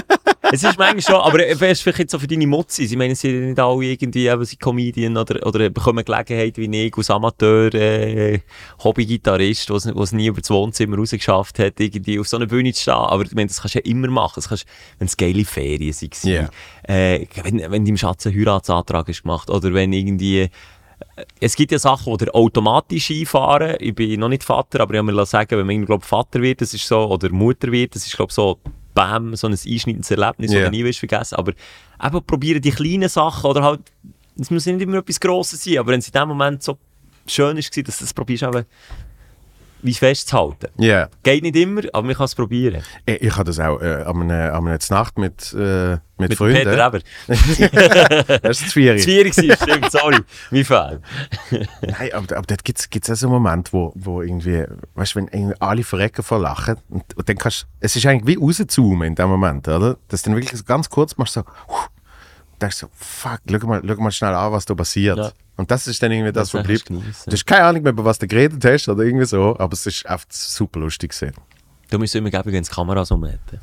Es ist manchmal schon, aber wärst vielleicht jetzt so für deine Mutzis. Ich meine, sie sind nicht alle irgendwie eben sind Comedian oder bekommen Gelegenheit wie ich als Amateur, Hobby-Gitarrist, der es nie über das Wohnzimmer rausgeschafft hat, irgendwie auf so einer Bühne zu stehen. Aber ich meine, das kannst du ja immer machen. Das kannst, wenn es geile Ferien waren. Yeah. Wenn deinem Schatz einen Heiratsantrag ist gemacht oder wenn irgendwie... Es gibt ja Sachen, wo der automatisch einfahren. Ich bin noch nicht Vater, aber ich habe mir sagen, wenn man Vater wird, das ist so, oder Mutter wird, das ist glaube so, bam, so ein einschneidendes Erlebnis, das du nie wirst vergessen. Aber eben probieren die kleinen Sachen oder halt, es muss nicht immer etwas Grosses sein, aber wenn es in dem Moment so schön ist, dass du das probierst, eben, wie festzuhalten. Yeah. Geht nicht immer, aber man kann es probieren. Ich habe das auch an einer Nacht mit Freunden. Peter Eber. Das ist schwierig. Schwierig, stimmt, sorry. Wie viel? Nein, aber dort gibt's auch so einen Moment, wo irgendwie, weißt du, wenn irgendwie alle verrecken vor Lachen und dann kannst es ist eigentlich wie rauszoomen in dem Moment, oder? Dass dann wirklich so ganz kurz machst du so, da ist so, fuck, schau mal schnell an, was da passiert. Ja. Und das ist dann irgendwie das, was bleibt. Du hast keine Ahnung mehr, über was du geredet hast oder irgendwie so, aber es ist einfach super lustig gewesen. Du musst immer gäbig, wenn die Kameras umhätten.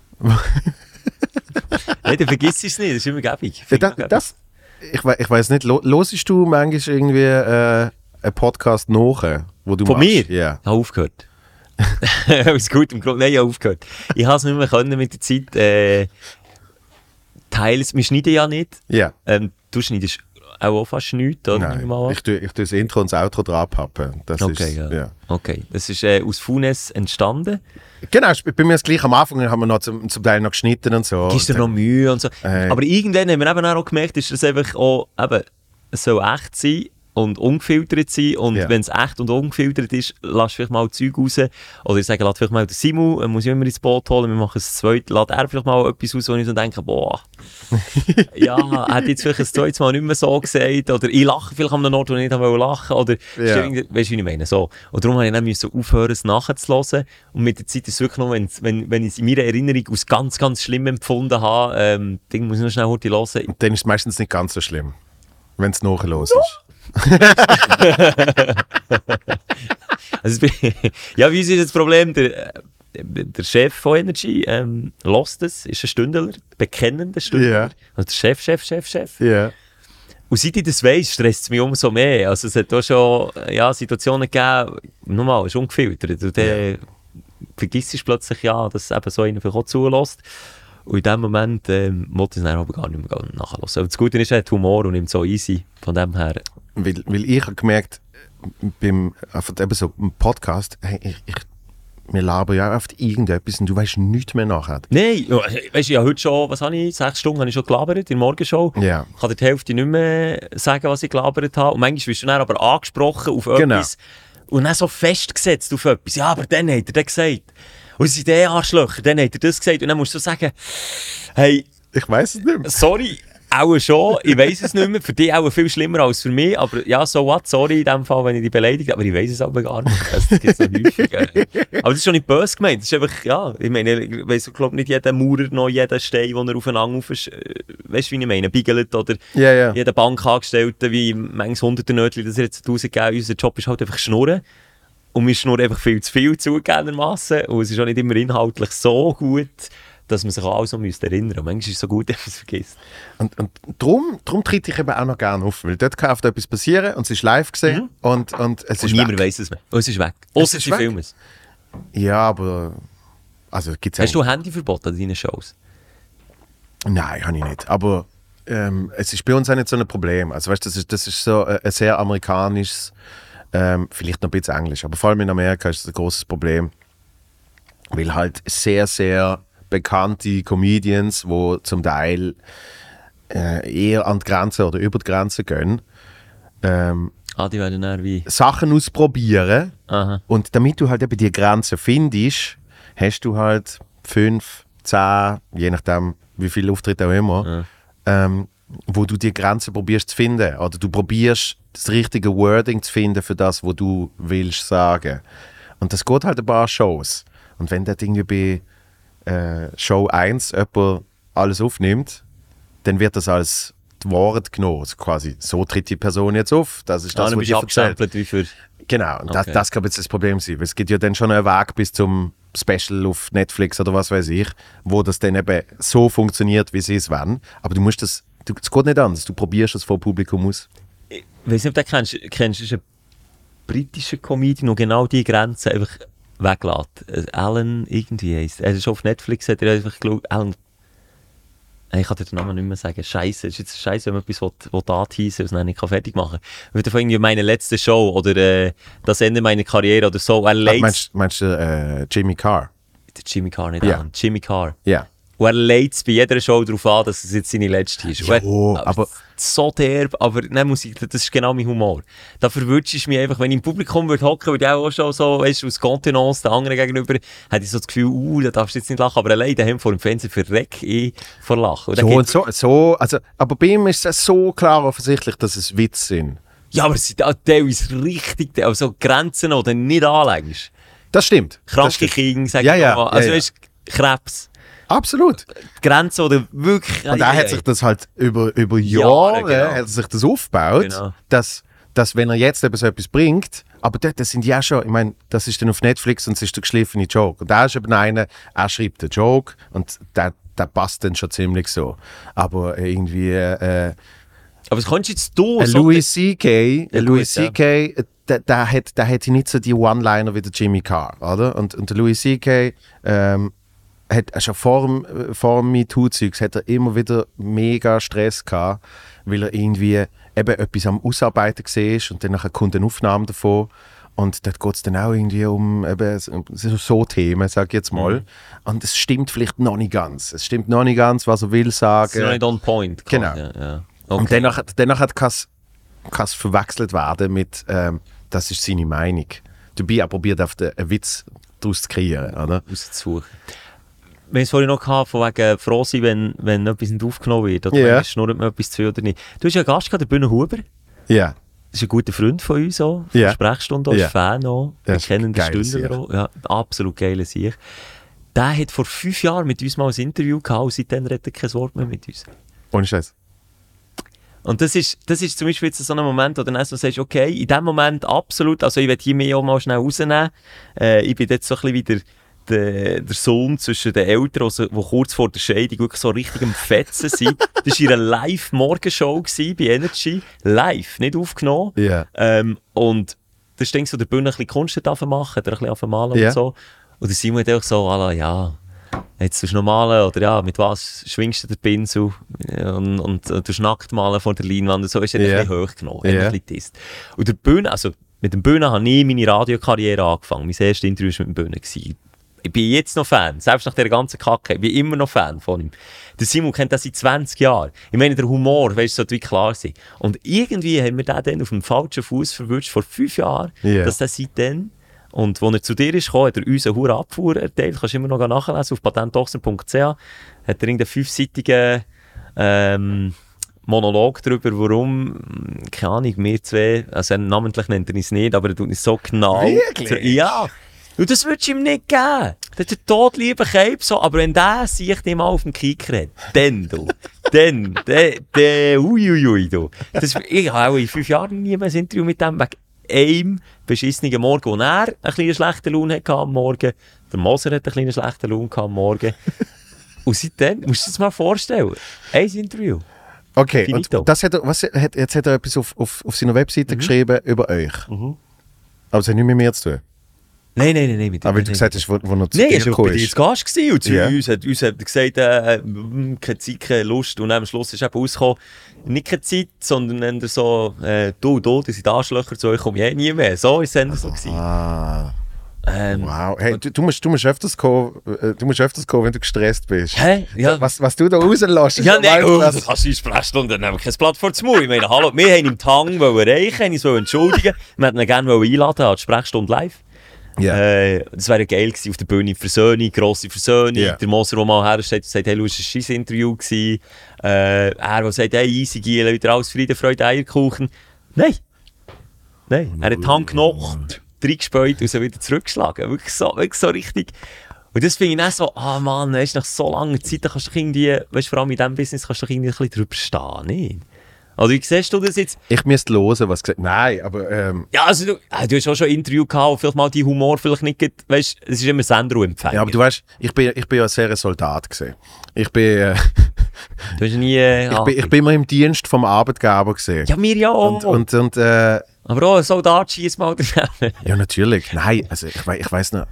Nein, dann vergiss es nicht, das ist immer gäbig. Ich weiss nicht, hörst du manchmal irgendwie einen Podcast nach, wo du von machst? mir? Ja. Ich habe aufgehört. Aus gutem Grund. Nein, ich habe aufgehört. Ich habe es nicht mehr können mit der Zeit. Teils, wir schneiden ja nicht. Ja. Du schneidest auch fast nichts, oder? Nein, ich tue das Intro und das Outro dran pappen. Das okay, ist, ja. Okay, das ist aus Funes entstanden. Genau, bei mir ist gleich am Anfang haben wir noch zum Teil noch geschnitten und so. Gibst dir noch Mühe und so. Aber irgendwann haben wir eben auch gemerkt, ist das einfach auch, eben, es soll echt sein und ungefiltert sein. Und wenn es echt und ungefiltert ist, lass vielleicht mal Zeug raus. Oder ich sage, lass vielleicht mal den Simu, muss ich immer ins Boot holen, wir machen es zweit, lass er vielleicht mal etwas raus, wo ich so denke, boah, ja, er hat jetzt vielleicht ein zweites Mal nicht mehr so gesagt. Oder ich lache vielleicht an einem Ort, wo ich nicht lachen wollte. Oder, weißt du, wie ich meine? So. Und darum musste ich dann aufhören, es nachzuhören. Und mit der Zeit ist es wirklich noch, wenn ich es in meiner Erinnerung als ganz, ganz schlimm empfunden habe, dann muss ich noch schnell heute hören. Und dann ist es meistens nicht ganz so schlimm, wenn es nachlos ist. Also, ja, wie ist das Problem? Der Chef von Energy hört es, ist ein Stündler, bekennender Stündler. Yeah. Also der Chef. Yeah. Und seit ich das weiss, stresst es mich umso mehr. Also es hat auch schon Situationen gegeben, nochmal, es ist ungefiltert. Und dann vergisst du plötzlich, dass eben so einer vielleicht auch zulässt. Und in dem Moment wollte ich es dann aber gar nicht mehr nachhören. Aber das Gute ist, er hat Humor und nimmt so easy. Von dem her. Weil ich habe gemerkt, beim so einem Podcast, hey, wir labern ja oft irgendetwas und du weißt nichts mehr nachher. Nein, weißt du, ja heute schon, was habe ich, 6 Stunden habe ich schon gelabert in der Morgenshow. Yeah. Ich kann dir die Hälfte nicht mehr sagen, was ich gelabert habe. Und manchmal wirst du dann aber angesprochen auf etwas und dann so festgesetzt auf etwas. Ja, aber dann hat er das gesagt. Und es sind die Arschlöcher, dann hat er das gesagt. Und dann musst du sagen, hey, ich weiss es nicht mehr. Sorry, auch schon, ich weiss es nicht mehr. Für dich auch viel schlimmer als für mich. Aber ja, so what, sorry in dem Fall, wenn ich dich beleidigt habe. Aber ich weiss es aber gar nicht. Das gibt es noch häufig. Aber das ist schon nicht böse gemeint. Das ist einfach, ja, ich meine, ich weiss, ich glaube nicht jeder Maurer noch jeden Stein, den er aufeinander weißt du, wie ich meine, biegelt oder jeder Bankangestellte, wie manches hunderte Nötchen, das er jetzt 1000 gegeben. Unser Job ist halt einfach schnurren. Und wir schnurren einfach viel zu viel zugegebenermassen. Und es ist auch nicht immer inhaltlich so gut, dass man sich an alles noch erinnern müsste. Manchmal ist es so gut, dass man es vergisst. Und darum tritt ich eben auch noch gerne auf. Weil dort kann oft etwas passieren und es ist live gesehen und es ist niemand weiss es mehr. Und es ist weg. Ausser sie filmen es. Ja, aber... Also, gibt's hast du Handyverbot an deinen Shows? Nein, habe ich nicht. Aber es ist bei uns auch nicht so ein Problem. Also weißt, das ist so ein sehr amerikanisches... vielleicht noch ein bisschen Englisch, aber vor allem in Amerika ist das ein großes Problem, weil halt sehr, sehr bekannte Comedians, die zum Teil eher an die Grenze oder über die Grenze gehen, die werden dann wie... Sachen ausprobieren. Aha. Und damit du halt eben die Grenze findest, hast du halt 5, 10, je nachdem wie viele Auftritte auch immer, wo du die Grenze probierst zu finden. Oder du probierst das richtige Wording zu finden für das, was du willst sagen. Und das geht halt ein paar Shows. Und wenn dort irgendwie bei Show 1 jemand alles aufnimmt, dann wird das als die Wahrheit genommen. Also quasi, so tritt die Person jetzt auf. Das ist das, was ich erzählt. Wie für... Genau, und okay. das kann jetzt das Problem sein. Weil es gibt ja dann schon einen Weg bis zum Special auf Netflix oder was weiß ich, wo das dann eben so funktioniert, wie sie es wollen. Aber du musst es geht nicht anders. Du probierst es vor Publikum aus. Ich weiss nicht, ob du den kennst. Das ist ein britischer Comedian, der genau diese Grenzen einfach weglässt. Alan irgendwie heisst. Er ist schon auf Netflix, hat er einfach geschaut. Alan. Ich kann dir den Namen nicht mehr sagen. Scheiße, es ist jetzt scheiße, wenn man etwas anteasen und es nicht fertig machen kann. Weil von irgendwie meine letzte Show oder das Ende meiner Karriere oder so. Meinst du Jimmy Carr? Der Jimmy Carr, nicht Ja. Alan. Jimmy Carr. Ja. Und er legt es bei jeder Show darauf an, dass es jetzt seine letzte ist. Aber so derb, aber nein, Musik, das ist genau mein Humor. Da verwünsche ich mich einfach, wenn ich im Publikum würde hocken, würde ich auch schon so, weißt du, aus Kontenance den anderen gegenüber, hätte ich so das Gefühl, da darfst du jetzt nicht lachen, aber allein daheim vor dem Fernsehen verreck ich vor Lachen. Aber bei ihm ist es so klar offensichtlich, dass es Witze sind. Ja, aber es sind auch teilweise richtig, also Grenzen, die du nicht anlegst. Das stimmt. Kranke Kinder, sag Ja, ich ja, mal. Also ja, ja. weißt du, Krebs. Absolut. Grenzen oder wirklich... Und er hat sich das halt über Jahre genau. hat er sich das aufgebaut, Genau. dass wenn er jetzt eben so etwas bringt, aber das sind ja schon, ich meine, das ist dann auf Netflix und es ist der geschliffene Joke. Und da ist eben einer, er schreibt den Joke und der passt dann schon ziemlich so. Aber irgendwie... Aber was kannst du jetzt tun? Louis C.K., Ja, Louis gut, ja. C.K., der hätte nicht so die One-Liner wie der Jimmy Carr, oder? Und der Louis C.K. Hat schon vor dem MeToo-Zeugs hat er immer wieder mega Stress gehabt, weil er irgendwie eben etwas am Ausarbeiten war und dann nachher kommt eine Aufnahme davon. Und dort geht es dann auch irgendwie um eben so Themen, sag ich jetzt mal. Und es stimmt vielleicht noch nicht ganz. Es stimmt noch nicht ganz, was er will sagen. Das ist noch nicht on point. Genau. Ja. Und Okay. danach kann es verwechselt werden mit, das ist seine Meinung. Dabei er probiert auf einen Witz daraus zu kreieren, oder? Rauszusuchen. Wir haben es vorhin noch gehabt, von wegen froh sein, wenn etwas nicht aufgenommen wird. Oder Ja. schnurrt man etwas zu viel oder nicht. Du hast ja einen Gast gehabt, der Bühne Huber. Ja. Das ist ein guter Freund von uns auch. Ja. Sprechstunde auch, Ja. ist Fan auch. Ja, Wir ist kennen den geiler Stündler Sieg. auch. Ja, absolut geiler Sieg. Der hat vor 5 Jahren mit uns mal ein Interview gehabt und seitdem redet er kein Wort mehr mit uns. Ohne Scheiß. Und das ist zum Beispiel jetzt so ein Moment, wo du dann so sagst, okay, in dem Moment absolut, also ich will hier mich auch mal schnell rausnehmen. Ich bin jetzt so ein bisschen wieder der Sohn zwischen den Eltern, die kurz vor der Scheidung wirklich so richtig am Fetzen sind. Das war ihre Live-Morgenshow bei Energy. Live, nicht aufgenommen. Ja. Und da denkst du, der Bühne ein bisschen Kunst machen, hat er ein bisschen malen Ja. und so. Und der Simon hat auch so, voilà, ja, jetzt tust du noch malen, oder ja, mit was schwingst du den Pinsel und du nackt malen vor der Leinwand und so, ist er Ja. ein bisschen hochgenommen, Ja. ein bisschen disst. Und der Bühne, also mit dem Bühne habe ich meine Radiokarriere angefangen. Mein erstes Interview war mit dem Bühne. Ich bin jetzt noch Fan, selbst nach dieser ganzen Kacke, ich bin immer noch Fan von ihm. Der Simon kennt das seit 20 Jahren. Ich meine, der Humor, weißt du, sollte wie klar sein. Und irgendwie haben wir den dann auf dem falschen Fuß verwünscht, vor 5 Jahren, Ja. dass der seitdem, und als er zu dir ist gekommen, hat er uns eine hohe Abfuhr erteilt, kannst du immer noch nachlesen, auf patentochsen.ch, hat er irgendeinen 5-seitigen Monolog darüber, warum, keine Ahnung, wir zwei, also namentlich nennt er uns nicht, aber er tut uns so genau. Wirklich? Ja. Und das würdest du ihm nicht geben. Das ist der todliebe Cape so, aber wenn der sich nicht mal auf dem Kicker hat, dann du. Dann, uiuiui, du. Ich habe auch in 5 Jahren nie mehr ein Interview mit dem, wegen einem beschissenen Morgen, wo er einen kleinen schlechten Lohn hatte am Morgen, der Moser hat einen kleinen schlechten Lohn am Morgen. Und seitdem, musst du dir das mal vorstellen, ein Interview. Okay, Finito. und das hat er, jetzt hat er etwas auf seiner Webseite geschrieben über euch. Aber es hat nichts mit mir zu tun. Nein, mit Aber wie du gesagt hast, wo er zu Nein, dir er war gekommen bei dir ist. zu Gast gewesen und zu Ja. uns hat er gesagt, keine Zeit, keine Lust. Und am Schluss ist eben rausgekommen, nicht keine Zeit, sondern dann so, du, das sind Arschlöcher, zu euch komme ich nie mehr. So ist es dann so gewesen. Ah, wow. Hey, du musst öfters kommen, wenn du gestresst bist. Hä? Ja. Was du da rauslässt. Ja, nein, weißt du du kannst uns Sprechstunde, dann haben wir kein Blatt vor den Mund. Ich meine, hallo, wir haben ihm die Hang erreichen, uns entschuldigen. Wir hätten ihn gerne einladen an die Sprechstunde live. Ja. Das wäre geil gewesen auf der Bühne. Versöhnung, grosse Versöhnung. Ja. Der Moser, der mal hersteht und sagt, hey, Louis, es war ein scheiß Interview gewesen. Er, der sagt, hey, easy, Giele, wieder alles Friede, Freude, Eierkuchen. Nein. Er hat die Hand genocht, reingespäut und sie wieder zurückgeschlagen. Wirklich so richtig. Und das finde ich dann so, Mann, weißt, nach so langer Zeit, da kannst du doch irgendwie, weißt, vor allem in diesem Business, kannst du doch irgendwie ein bisschen drüber stehen, nicht? Also wie siehst du das jetzt? Ich müsste hören, was gesagt. Nein, aber Ja, also du hast auch schon ein Interview gehabt, wo vielleicht mal die Humor vielleicht nicht, weißt, es ist immer Sender und Empfänger. ja, aber du weißt, ich bin ja sehr ein Soldat gewesen. Ich bin Du hast nie... ich bin immer im Dienst vom Arbeitgeber gesehen. Ja, mir ja auch. Und Aber auch ein Soldat schießt mal daneben. ja, natürlich. Nein, also ich weiss noch,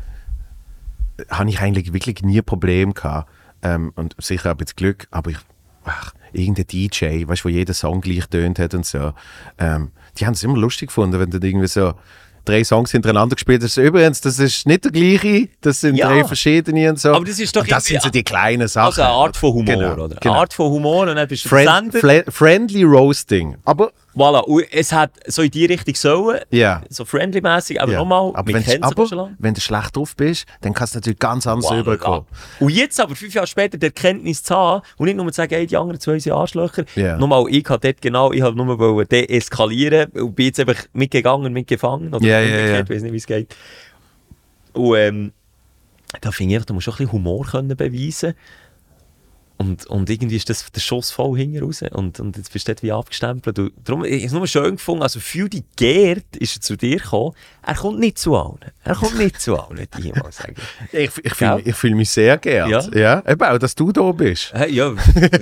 habe ich eigentlich wirklich nie Probleme gehabt. Und sicher habe ich jetzt Glück, aber irgendein DJ, weißt du, wo jeder Song gleich tönt hat und so, die haben es immer lustig gefunden, wenn du irgendwie so 3 Songs hintereinander gespielt hast. Übrigens, das ist nicht der gleiche, das sind 3 verschiedene und so. Aber das ist doch und das sind so die kleinen Sachen. Also eine Art von Humor, Genau, oder? genau. Eine Art von Humor und dann bist du der Sender. Friendly Roasting. Aber Voilà, und es hat so in die Richtung sollen, ja. so friendly-mässig, aber Ja. nochmal, aber wir kennen es schon lange. wenn du schlecht drauf bist, dann kann es natürlich ganz anders Voilà. rüberkommen. Und jetzt aber 5 Jahre später die Erkenntnis zu haben und nicht nur zu sagen, hey, die anderen 2 sind Arschlöcher. Ja. Nochmal, ich habe dort genau, ich habe nur deeskalieren und bin jetzt einfach mitgegangen, mitgefangen. Oder Ja, umgekehrt, ich weiß nicht, wie es geht. Und da finde ich einfach, du musst auch ein bisschen Humor können beweisen. Und irgendwie ist das der Schuss voll hinten raus. Und jetzt bist du dort wie abgestempelt. Und darum, ich habe es nur schön gefunden, also für die Gerd ist er zu dir gekommen. Er kommt nicht zu allen. Die mal sagen. Ich fühl mich sehr geehrt. Ja. Eben auch, dass du da bist. Ja.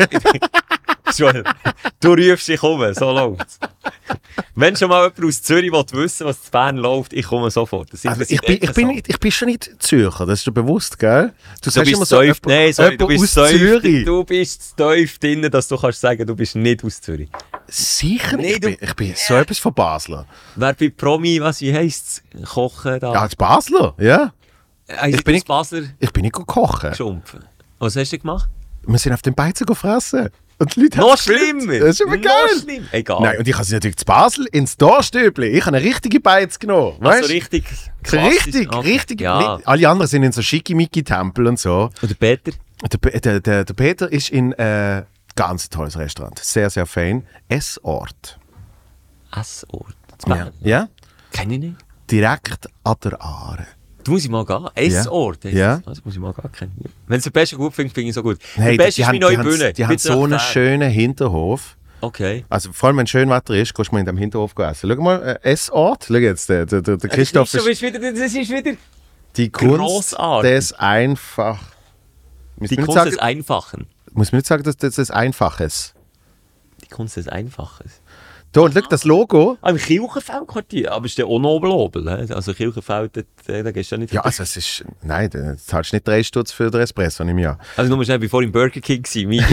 Schon. Du rufst, ich komme, so läuft's. Wenn schon mal jemand aus Zürich wissen will, was zu Bern läuft, ich komme sofort. Das Also ich bin schon nicht Zürcher, das ist dir bewusst, gell? Du bist tief, nein, sorry, du bist aus Zürich. Du bist tief drin, dass du kannst sagen, du bist nicht aus Zürich. Sicher nicht, Nee, ich bin so etwas von Basler. Wer bei Promi, wie heisst es? Kochen da? Ja, als Basler, ja. Ich bin nicht Basler Ich bin nicht kochen. geschumpfen. Was hast du gemacht? Wir sind auf dem Beizen gefressen. Und die Leute Noch haben gefilmt. schlimmer! Das ist aber Noch geil. schlimmer. Egal. Nein, und ich habe sie natürlich zu Basel ins Dorfstübli. Ich habe eine richtige Beiz genommen. Also Weißt? richtig klassisch. Richtig, Okay. richtig. Ja. Alle anderen sind in so Schickimicki-Tempel und so. Und der Peter? Der Peter ist in ganz tolles Restaurant. Sehr, sehr fein. Essort. Essort. Ja? Kenne ich nicht. Direkt an der Aare. Du musst mal gehen. Essort. Ja. Also muss ich mal gehen. Wenn es der Beste gut findet, finde ich so gut. Hey, der Beste ist meine neue Bühne. Die haben so einen schönen Hinterhof. Okay. Also vor allem, wenn schön Wetter ist, gehst du mal in dem Hinterhof essen. Schau mal, Essort. Schau jetzt, der Christoph Das ist wieder die Kunst grossartig. des Einfach. die Kunst des Einfachen. Muss man nicht sagen, dass das des Einfaches. Die Kunst des Einfaches. Da, und schau, das Logo. Im Kirchenfeld-Quartier, aber ist der auch nobel. Also Kirchenfeld, da gehst du ja nicht. Ja, also es ist. Nein, du zahlst nicht 3 Stutz für den Espresso, nehme ich an. Also nur schnell, bevor ich im Burger King war.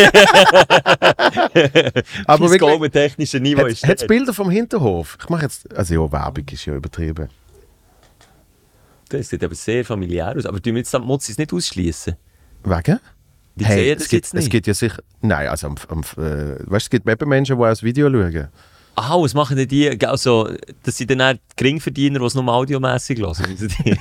Aber das wirklich, mit technischen Niveau ist hat es Bilder vom Hinterhof? Ich mache jetzt. Also ja, Werbung ist ja übertrieben. Das sieht aber sehr familiär aus. Aber du willst dann Mozis nicht ausschließen. Wegen? Die sehen das jetzt Es nicht. gibt ja sicher. Nein, also weißt du, es gibt eben Menschen, die auch das Video schauen. Aha, was machen denn die? Also, das sind dann auch die Geringverdiener, die es nur audiomässig hören.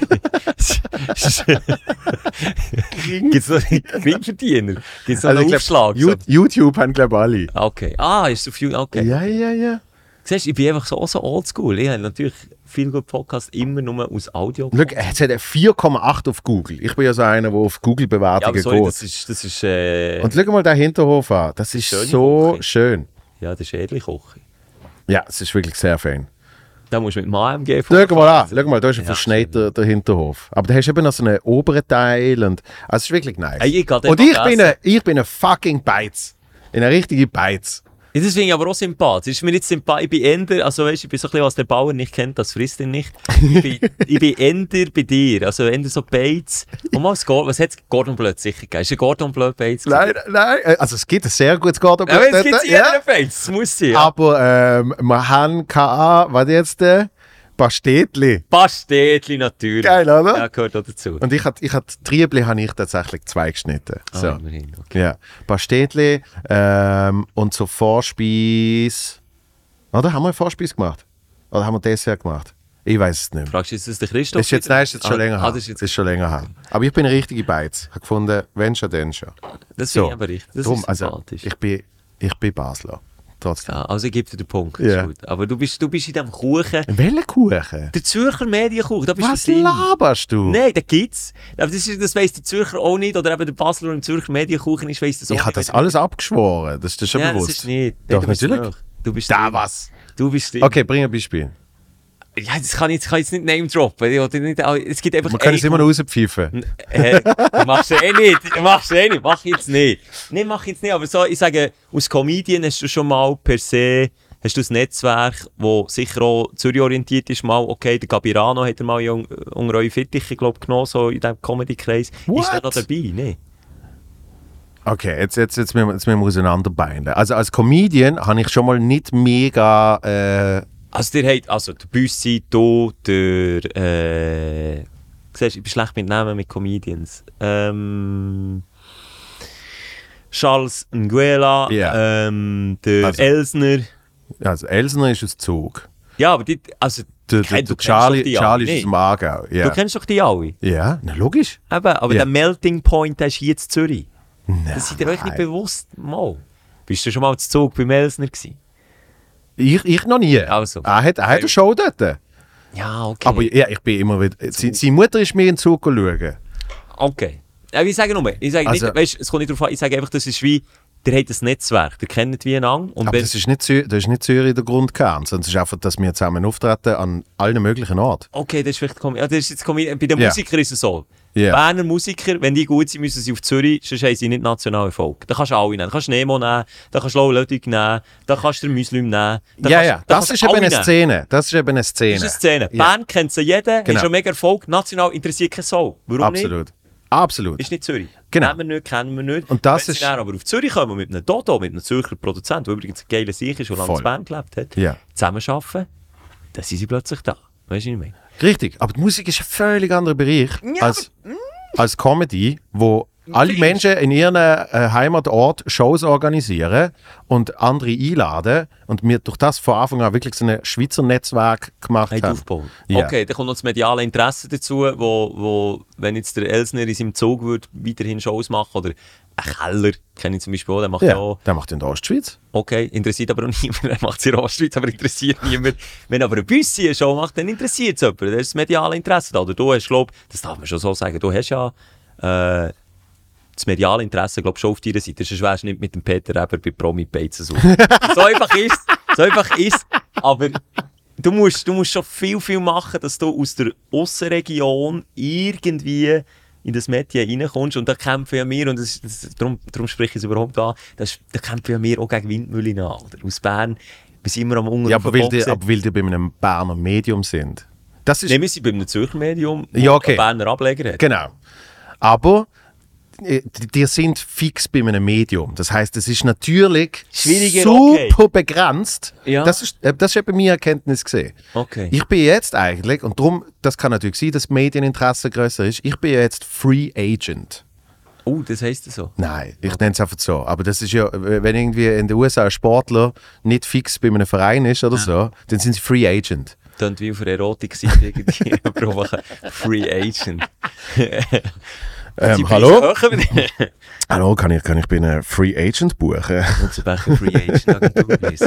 Gibt es noch Geringverdiener? Gibt es noch einen ich Aufschlag? glaub, YouTube haben, glaube ich, alle. Okay. Ah, ist es auf YouTube? Okay. Ja. Siehst du, ich bin einfach so oldschool. Ich habe natürlich viel gut Podcasts immer nur aus Audio. Schau, es hat 4,8 auf Google. Ich bin ja so einer, der auf Ja, aber Google-Bewertungen sorry, geht. das ist Und schau mal den Hinterhof an. Das ist Schöne so Küche. schön. ja, der Schädli-Koche. Ja, es ist wirklich sehr fein. Da musst du mit dem AMG Schau mal an. Schau mal, da ist ein Ja, verschneiter der Hinterhof. Aber da hast du eben noch so einen oberen Teil. Und, also es ist wirklich nice. Hey, ich gehe dort Und mal ich bin ein fucking Beiz. Eine richtige Beiz. Ja, das finde ich aber auch sympathisch. Ist mir nicht sympathisch. Ich bin eher, also weißt, ich bin so ein bisschen, was der Bauer nicht kennt, das frisst ihn nicht. Ich bin eher bei dir. Also eher so Bates. Und mal was hat es Gordon Blöd sicher gegeben? Ist ein Gordon Blöd Bates? Nein. Also es gibt ein sehr gutes Garten. Ja, aber es gibt jeder Bates. Das muss sein. Ja. Aber wir haben was jetzt? Pastetli. Pastetli natürlich. Geil, oder? Ja, gehört auch dazu. Und ich hatte Triebli habe ich tatsächlich 2 geschnitten. So. Ah, immerhin, okay. Ja, Pastetli und so Vorspeis. Oder haben wir Vorspeis gemacht? Oder haben wir Dessert gemacht? Ich weiß es nicht mehr. Fragst du, ist das der Christoph? Das ist jetzt, nein, ist jetzt schon länger her. Das ist, Das ist schon länger her. Aber ich bin eine richtige Beiz. Ich habe gefunden, wenn schon, dann schon. das So, finde ich aber richtig. Das drum, ist also, sympathisch. ich bin Basler. trotzdem. Ja, also ich gebe dir den Punkt. Ja. Ist gut. Aber du bist in diesem Kuchen. Welchen Kuchen? Der Zürcher Medienkuchen, da bist Was du drin. laberst du? Nein, den gibt's. Aber das weiss der Zürcher auch nicht. Oder eben der Basler, der im Zürcher Medienkuchen ist, weiss das auch Ich nicht. habe das alles abgeschworen, das ist dir schon ja, bewusst. das ist nicht. Doch, du bist natürlich. nach. Du bist Da drin. was? Du bist drin. Okay, bring ein Beispiel. Ja, das kann ich jetzt nicht name droppen. Es gibt einfach Man kann es immer noch rauspfeifen. Machst du nicht. Mach ich jetzt nicht. Nein, mach ich jetzt nicht. Aber so, ich sage, als Comedian hast du schon mal per se hast du ein Netzwerk, das sicher auch Zürich orientiert ist. Mal, okay, der Gabirano hat er mal unter eure Fittiche, glaube ich, genommen, so in diesem Comedy-Kreis. Ist der noch dabei? Nee. Okay, jetzt müssen wir auseinanderbeinen. Also als Comedian habe ich schon mal nicht mega... Also, der Büssi, du, siehst, ich bin schlecht mit Namen, mit Comedians. Charles Nguela, Ja. der Also- Elsner. Also Elsner ist aus Zug. Ja, aber also, Der du kennst doch Charlie die ist alle, aus nicht? dem Aargau. Ja, Du kennst doch die alle. ja, na, logisch. Eben, aber Ja. der Melting Point, der ist hier in Zürich. Nein. Das seid ihr euch nicht bewusst. Mal. Bist du schon mal zu Zug beim Elsner gewesen? Ich noch nie. Also. Er hat eine Show dort. Ja, okay. Aber ja, ich bin immer wieder... Seine Mutter ist mir in den Zug schauen. Okay. Ja, ich sage nur, ich sage Also- nicht, weißt, es kommt nicht darauf an, ich sage einfach, das ist wie, der hat ein Netzwerk, der kennt wie einander. Und Aber das ist nicht Zürich der Grundkern, sondern es ist einfach, dass wir zusammen auftreten an allen möglichen Orten. okay, das ist vielleicht ja, das ist jetzt bei den Ja. Musikern ist es so. Ja. Berner Musiker, wenn die gut sind, müssen sie auf Zürich, sonst haben sie nicht national Erfolg. Da kannst du alle nehmen. Da kannst du Nemo nehmen, da kannst du Lau Lödig nehmen, da kannst du den Muslim nehmen. Da Ja, kannst- ja, da das kannst ist du eben alle eine nehmen. Szene. Das ist eben eine Szene. Das ist eine Szene. Ja. Bern kennt sie jeder, Genau. hat schon mega Erfolg, national interessiert keine Sau. Warum Absolut. Absolut. nicht? Ist nicht Zürich. Genau. Kennen wir nicht, kennen wir nicht. Und das Wenn ist- sie dann aber auf Zürich kommen, mit einem Dodo, mit einem Zürcher Produzent, der übrigens ein geiler Sieg ist, der lange Voll. in Bern gelebt hat, Ja. zusammenarbeiten, dann sind sie plötzlich da. Weißt du, was ich meine? Richtig, aber die Musik ist ein völlig anderer Bereich Ja, als Comedy, wo alle Menschen in ihrem Heimatort Shows organisieren und andere einladen und wir durch das von Anfang an wirklich so ein Schweizer Netzwerk gemacht Hat haben. aufgebaut. Ja. Okay, dann kommt noch das mediale Interesse dazu, wo wenn jetzt der Elsner in seinem Zug würde, weiterhin Shows machen oder ein Keller, kenne ich zum Beispiel auch, der macht ja Ja, auch, der macht in der Ostschweiz. okay, interessiert aber auch niemand, er macht es in der Ostschweiz, aber interessiert niemand. Wenn aber ein Büssi eine Show macht, dann interessiert es jemanden, das ist das mediale Interesse da. Oder du hast, glaube das darf man schon so sagen, du hast ja das mediale Interesse, glaube ich, schon auf deiner Seite, sonst wärst du nicht mit dem Peter Eber bei Promi Beizen so. So einfach ist aber du musst schon viel machen, dass du aus der Aussenregion irgendwie in das Metier reinkommst und da kämpfen ja wir, und darum spreche ich es überhaupt an, da kämpfen ja wir auch gegen Windmühlen an. Oder? Aus Bern, wir sind immer am Unten Ja, auf aber dem weil Boxen. die bei einem Berner Medium sind. Das ist Nein, wir sind bei einem Zürcher Medium, wo Ja, okay. einen Berner Ableger hat. Genau. Aber die sind fix bei einem Medium. Das heisst, es ist natürlich Schwieriger, super begrenzt. Ja. Das ist eben meine Erkenntnis gesehen. Okay. Ich bin jetzt eigentlich, und darum, das kann natürlich sein, dass Medieninteresse größer ist, ich bin jetzt Free Agent. Oh, das heisst das so? Nein, ich nenne es einfach so. Aber das ist ja, wenn irgendwie in den USA ein Sportler nicht fix bei einem Verein ist oder so, dann sind sie Free Agent. Klingt wie auf einer Erotik-Seite irgendwie pro Woche. Free Agent. Hallo? Hallo, kann ich bei einem Free Agent buchen? Und zum Beispiel Free Agent Agentur gewesen.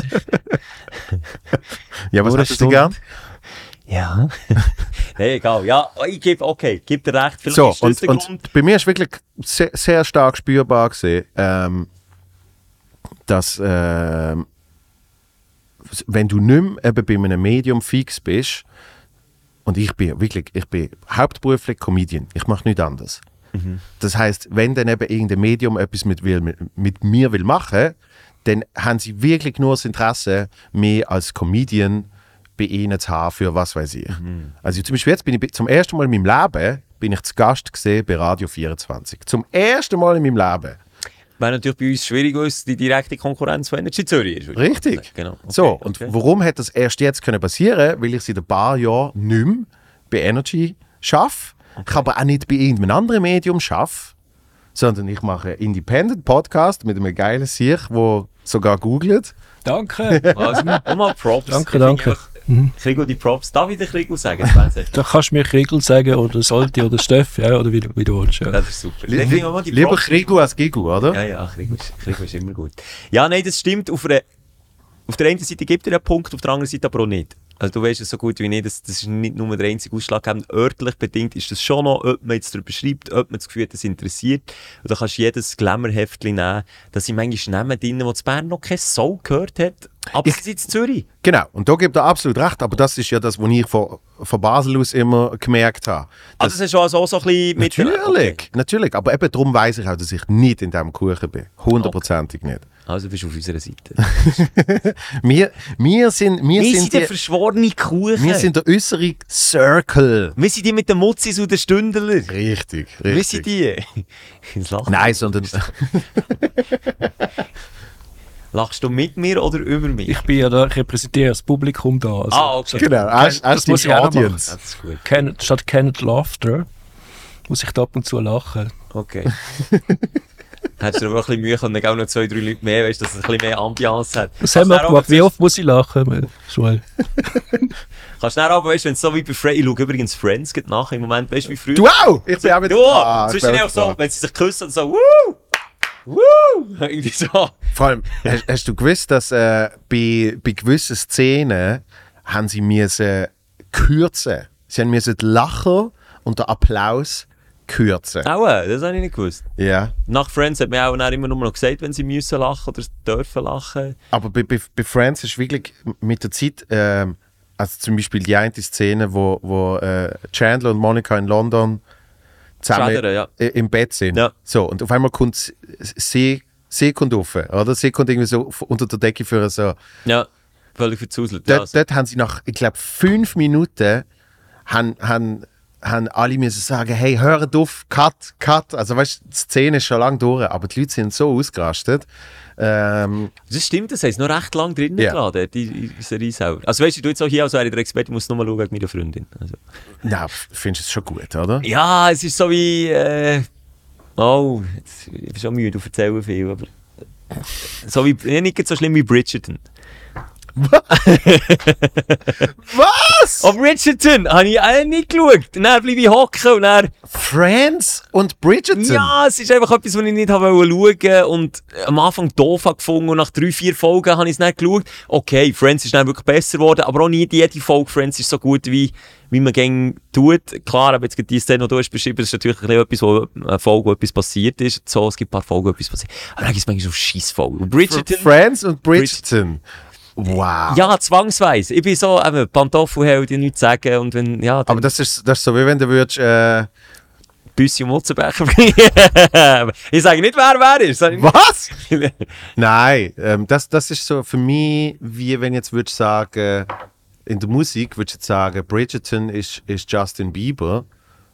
Ja, was Nur hättest du eine gern? Ja. Nein, egal. Ja, ich gebe dir recht. Vielleicht So, ist das der Grund. und bei mir ist wirklich sehr, sehr stark spürbar gesehen, dass wenn du nicht mehr eben bei einem Medium fix bist, und ich bin hauptberuflich Comedian, ich mache nichts anderes. Das heisst, wenn dann eben irgendein Medium etwas mit mir will machen, dann haben sie wirklich nur das Interesse, mich als Comedian bei ihnen zu haben für was weiß ich. Also zum Beispiel jetzt bin ich zum ersten Mal in meinem Leben bin ich zu Gast gesehen bei Radio 24. Zum ersten Mal in meinem Leben. Wäre natürlich bei uns schwierig, weil es die direkte Konkurrenz von Energy Zürich ist. würde ich Richtig. sagen. Genau. Okay, So, und okay. warum hat das erst jetzt können passieren? Weil ich seit ein paar Jahren nicht mehr bei Energy arbeite. Ich aber auch nicht bei irgendeinem anderen Medium arbeite, sondern ich mache einen Independent-Podcast mit einem geilen Sieg, der sogar googelt. Danke. Also, mal Props. Danke, Ich danke. finde einfach, Krigo die Props. Darf ich den Krigo sagen? Das wär's echt. Da kannst du mir Kriegel sagen oder Solti oder Steff, ja, oder wie du willst. Ja. Das ist super. Dann kriegen wir mal die Lieber Props. Krigu als Gigu, oder? Ja, Krigo ist immer gut. Ja, nein, das stimmt. Auf einer auf der einen Seite gibt er einen Punkt, auf der anderen Seite aber auch nicht. Also du weißt es so gut wie nicht, das ist nicht nur der einzige Ausschlag. Örtlich bedingt ist das schon noch, ob man jetzt darüber schreibt, ob man das Gefühl hat, das interessiert. Und da kannst du jedes Glamour-Heftchen nehmen. Da sind manchmal Namen drin, die in Bern noch kein Soul gehört hat. Aber sie sind in Zürich. Genau, und da gibt er absolut recht, aber das ist ja das, was ich von Basel aus immer gemerkt habe. Das ist schon also auch so ein bisschen mit... Natürlich, aber eben darum weiss ich auch, dass ich nicht in diesem Kuchen bin. 100%ig nicht. Also bist du auf unserer Seite. wir sind der verschworene Kuchen. Wir sind der äußere Circle. Wir sind die mit den Mutzis und den Stündler. Richtig. Wir sind die. Nein, sondern... Lachst du mit mir oder über mich? Ich bin ja da, ich repräsentiere das Publikum da. Also, okay. Genau, das muss ich auch noch machen. Das ist gut. Statt Canned Laughter muss ich da ab und zu lachen. Okay. Hättest du aber auch ein bisschen Mühe und dann auch noch 2-3 Leute mehr, weißt, dass es ein bisschen mehr Ambiance hat. Das haben wir gemacht. Wie oft muss ich lachen? Joel? Kannst du dann aber, weißt, wenn es so wie bei Friends, ich schaue übrigens Friends geht nach im Moment, weißt du, wie früher. Du auch! Ich bin auch wieder da. Zwischen auch so, wenn sie sich küssen und so, Woo! Irgendwie so. Vor allem, hast du gewusst, dass bei gewissen Szenen haben sie müssen kürzen. Sie müssen den Lacher und den Applaus kürzen. Das habe ich nicht gewusst. Ja. Nach Friends hat man auch immer nur noch gesagt, wenn sie müssen lachen oder dürfen lachen. Aber bei Friends ist wirklich mit der Zeit, also zum Beispiel die eine Szene, wo Chandler und Monica in London zusammen im Bett sind. Ja. So, und auf einmal kommt sie kommt rauf, oder? Sie kommt irgendwie so unter der Decke für so... Ja, völlig verzuselt. Dort haben sie nach, ich glaube, 5 Minuten haben alle müssen sagen, hey, hört auf, cut. Also weißt du, die Szene ist schon lange durch, aber die Leute sind so ausgerastet. Das stimmt, das heißt noch recht lange drinnen geladen, die Serie selber. Also weißt du jetzt auch hier, als wäre der Experte, ich muss nur mal schauen wegen meiner Freundin. Also. Ja, findest du es schon gut, oder? Ja, es ist so wie... jetzt, ich bin schon müde, du erzählst viel, aber... So wie, nicht so schlimm wie Bridgerton. Was? Auf Bridgerton habe ich auch nicht geschaut. Dann bleibe ich hocken und dann... Friends und Bridgerton? Ja, es ist einfach etwas, was ich nicht schauen wollte. Und am Anfang doof gefunden und nach 3-4 Folgen habe ich es nicht geschaut. Okay, Friends ist dann wirklich besser geworden, aber auch nicht jede Folge Friends ist so gut, wie man gerne tut. Klar, aber jetzt die Szene, die du hast beschrieben, das ist natürlich etwas, wo eine Folge, wo etwas passiert ist. So, es gibt ein paar Folgen, wo etwas passiert. Aber dann gibt es manchmal so Scheissfolgen. Bridgerton... Friends und Bridgerton. Wow. Ja, zwangsweise. Ich bin so, Pantoffelheld, die nichts sagen. Und wenn, ja, aber das ist so, wie wenn du würdest... Büssi und Mutzenbecher bringen. Ich sage nicht, wer ist. Was? Nein, das ist so für mich, wie wenn jetzt würdest sagen, in der Musik würdest du sagen, Bridgerton ist Justin Bieber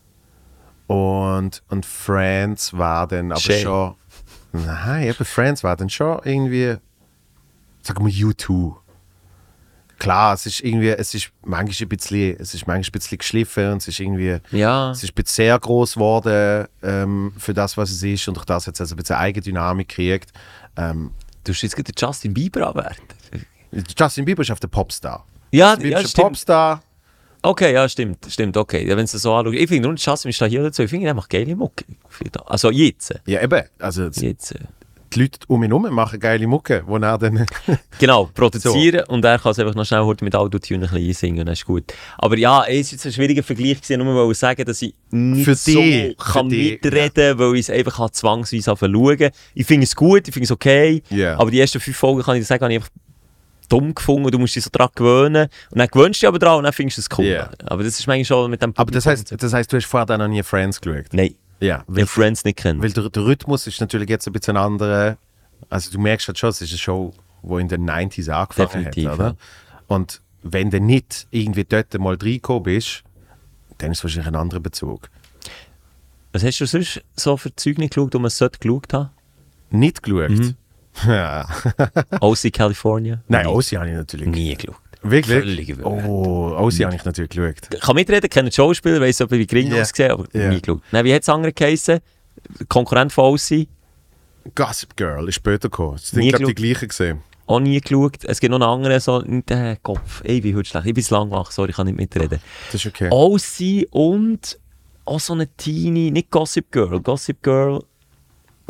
und Friends war dann aber schon... Nein, eben Friends war dann schon irgendwie... Sagen wir U2. Klar, es ist manchmal ein bisschen geschliffen und es ist irgendwie, es ist ein bisschen sehr groß geworden für das, was es ist und durch das hat es also ein bisschen Eigendynamik gekriegt. Du hast jetzt gerade den Justin Bieber anwerten. Justin Bieber ist auf der Popstar. Ja, stimmt. Popstar. Okay, ja, stimmt, okay. Ja, wenn es so anschaut. Ich finde, nur Justin ist da hier dazu. Ich finde, er macht geile Mucke. Also jetzt. Ja, eben. Also jetzt. Die Leute um ihn herum machen geile Mucke, wo er dann... Genau, produzieren und er kann es einfach noch schnell heute mit Autotune ein bisschen einsingen, das ist gut. Aber ja, es war jetzt ein schwieriger Vergleich gewesen, nur mal sagen, dass ich nicht mitreden, weil ich es einfach zwangsweise schauen. Ich finde es gut, ich finde es okay, aber die ersten 5 Folgen kann ich dir sagen, habe ich einfach dumm gefunden, du musst dich so daran gewöhnen und dann gewöhnst du dich aber dran und dann findest du es cool. Aber das ist manchmal schon mit dem... Aber das heisst, du hast vorher noch nie Friends geschaut? Nein. Ja, weil Friends nicht kennen. Weil der Rhythmus ist natürlich jetzt ein bisschen anderer. Also du merkst halt schon, es ist eine Show, die in den 90s angefangen hat, oder? Ja. Und wenn du nicht irgendwie dort mal reingekommen bist, dann ist es wahrscheinlich ein anderer Bezug. Was hast du sonst so für Zeug nicht geschaut, die man sollte geschaut haben? Nicht geschaut? Ja. OC California? Nein, OC habe ich natürlich nie geschaut. Wirklich? Oh, OC habe ich natürlich geschaut. Ich kann mitreden, kenne Schauspieler, weiss wie gering aussehen, aber nie geschaut. Nein, wie hat es andere geheißen? Konkurrent von OC? Gossip Girl ist später gekommen. Das sind, glaube ich, die gleichen gesehen. Auch nie geschaut. Es gibt noch einen anderen, so in den Kopf. Ich bin heute schlecht. Ich bin zu lang wach, sorry, ich kann nicht mitreden. Das ist okay. OC und auch so eine Teenie, nicht Gossip Girl. Gossip Girl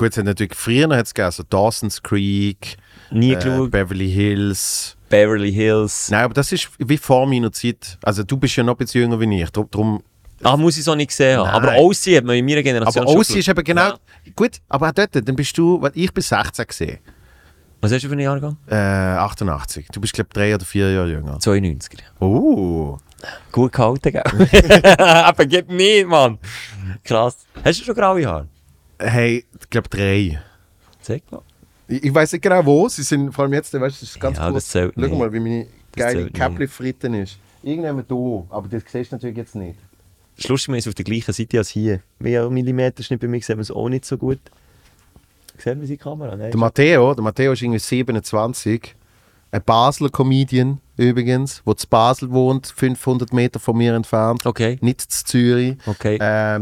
Gut, es hat natürlich früher hat's gegeben, so Dawson's Creek, Nie geschaut. Beverly Hills. Beverly Hills. Nein, aber das ist wie vor meiner Zeit. Also du bist ja noch ein bisschen jünger wie ich. Drum, Muss ich so nicht gesehen haben. Nein. Aber OC hat man in meiner Generation aber schon Ossi ist eben genau... Ja. Gut, aber auch dort, dann bist du... Ich bin 16 gesehen. Was hast du für einen Jahrgang? 88. Du bist, glaube ich, 3 oder 4 Jahre jünger. 92er. Gut gehalten, gell? Aber geht nicht, Mann. Krass. Hast du schon graue Haare? Hey, ich glaube 3. Zeig mal. Ich weiß nicht genau wo. Sie sind vor allem jetzt, weißt du, das ist ganz Ja, cool. das zählt Schau nicht. mal, wie meine Das geile zählt Käppli-Fritten ist. Irgendjemand da, aber das siehst du natürlich jetzt nicht. Das Lustige ist auf der gleichen Seite als hier. Mehr Millimeterschnitt bei mir sehen wir es auch nicht so gut. Sehen wir die Kamera? Nein, Der Matteo ist irgendwie 27. Ein Basler Comedian übrigens, der zu Basel wohnt, 500 Meter von mir entfernt. Okay. Nicht zu Zürich. Okay.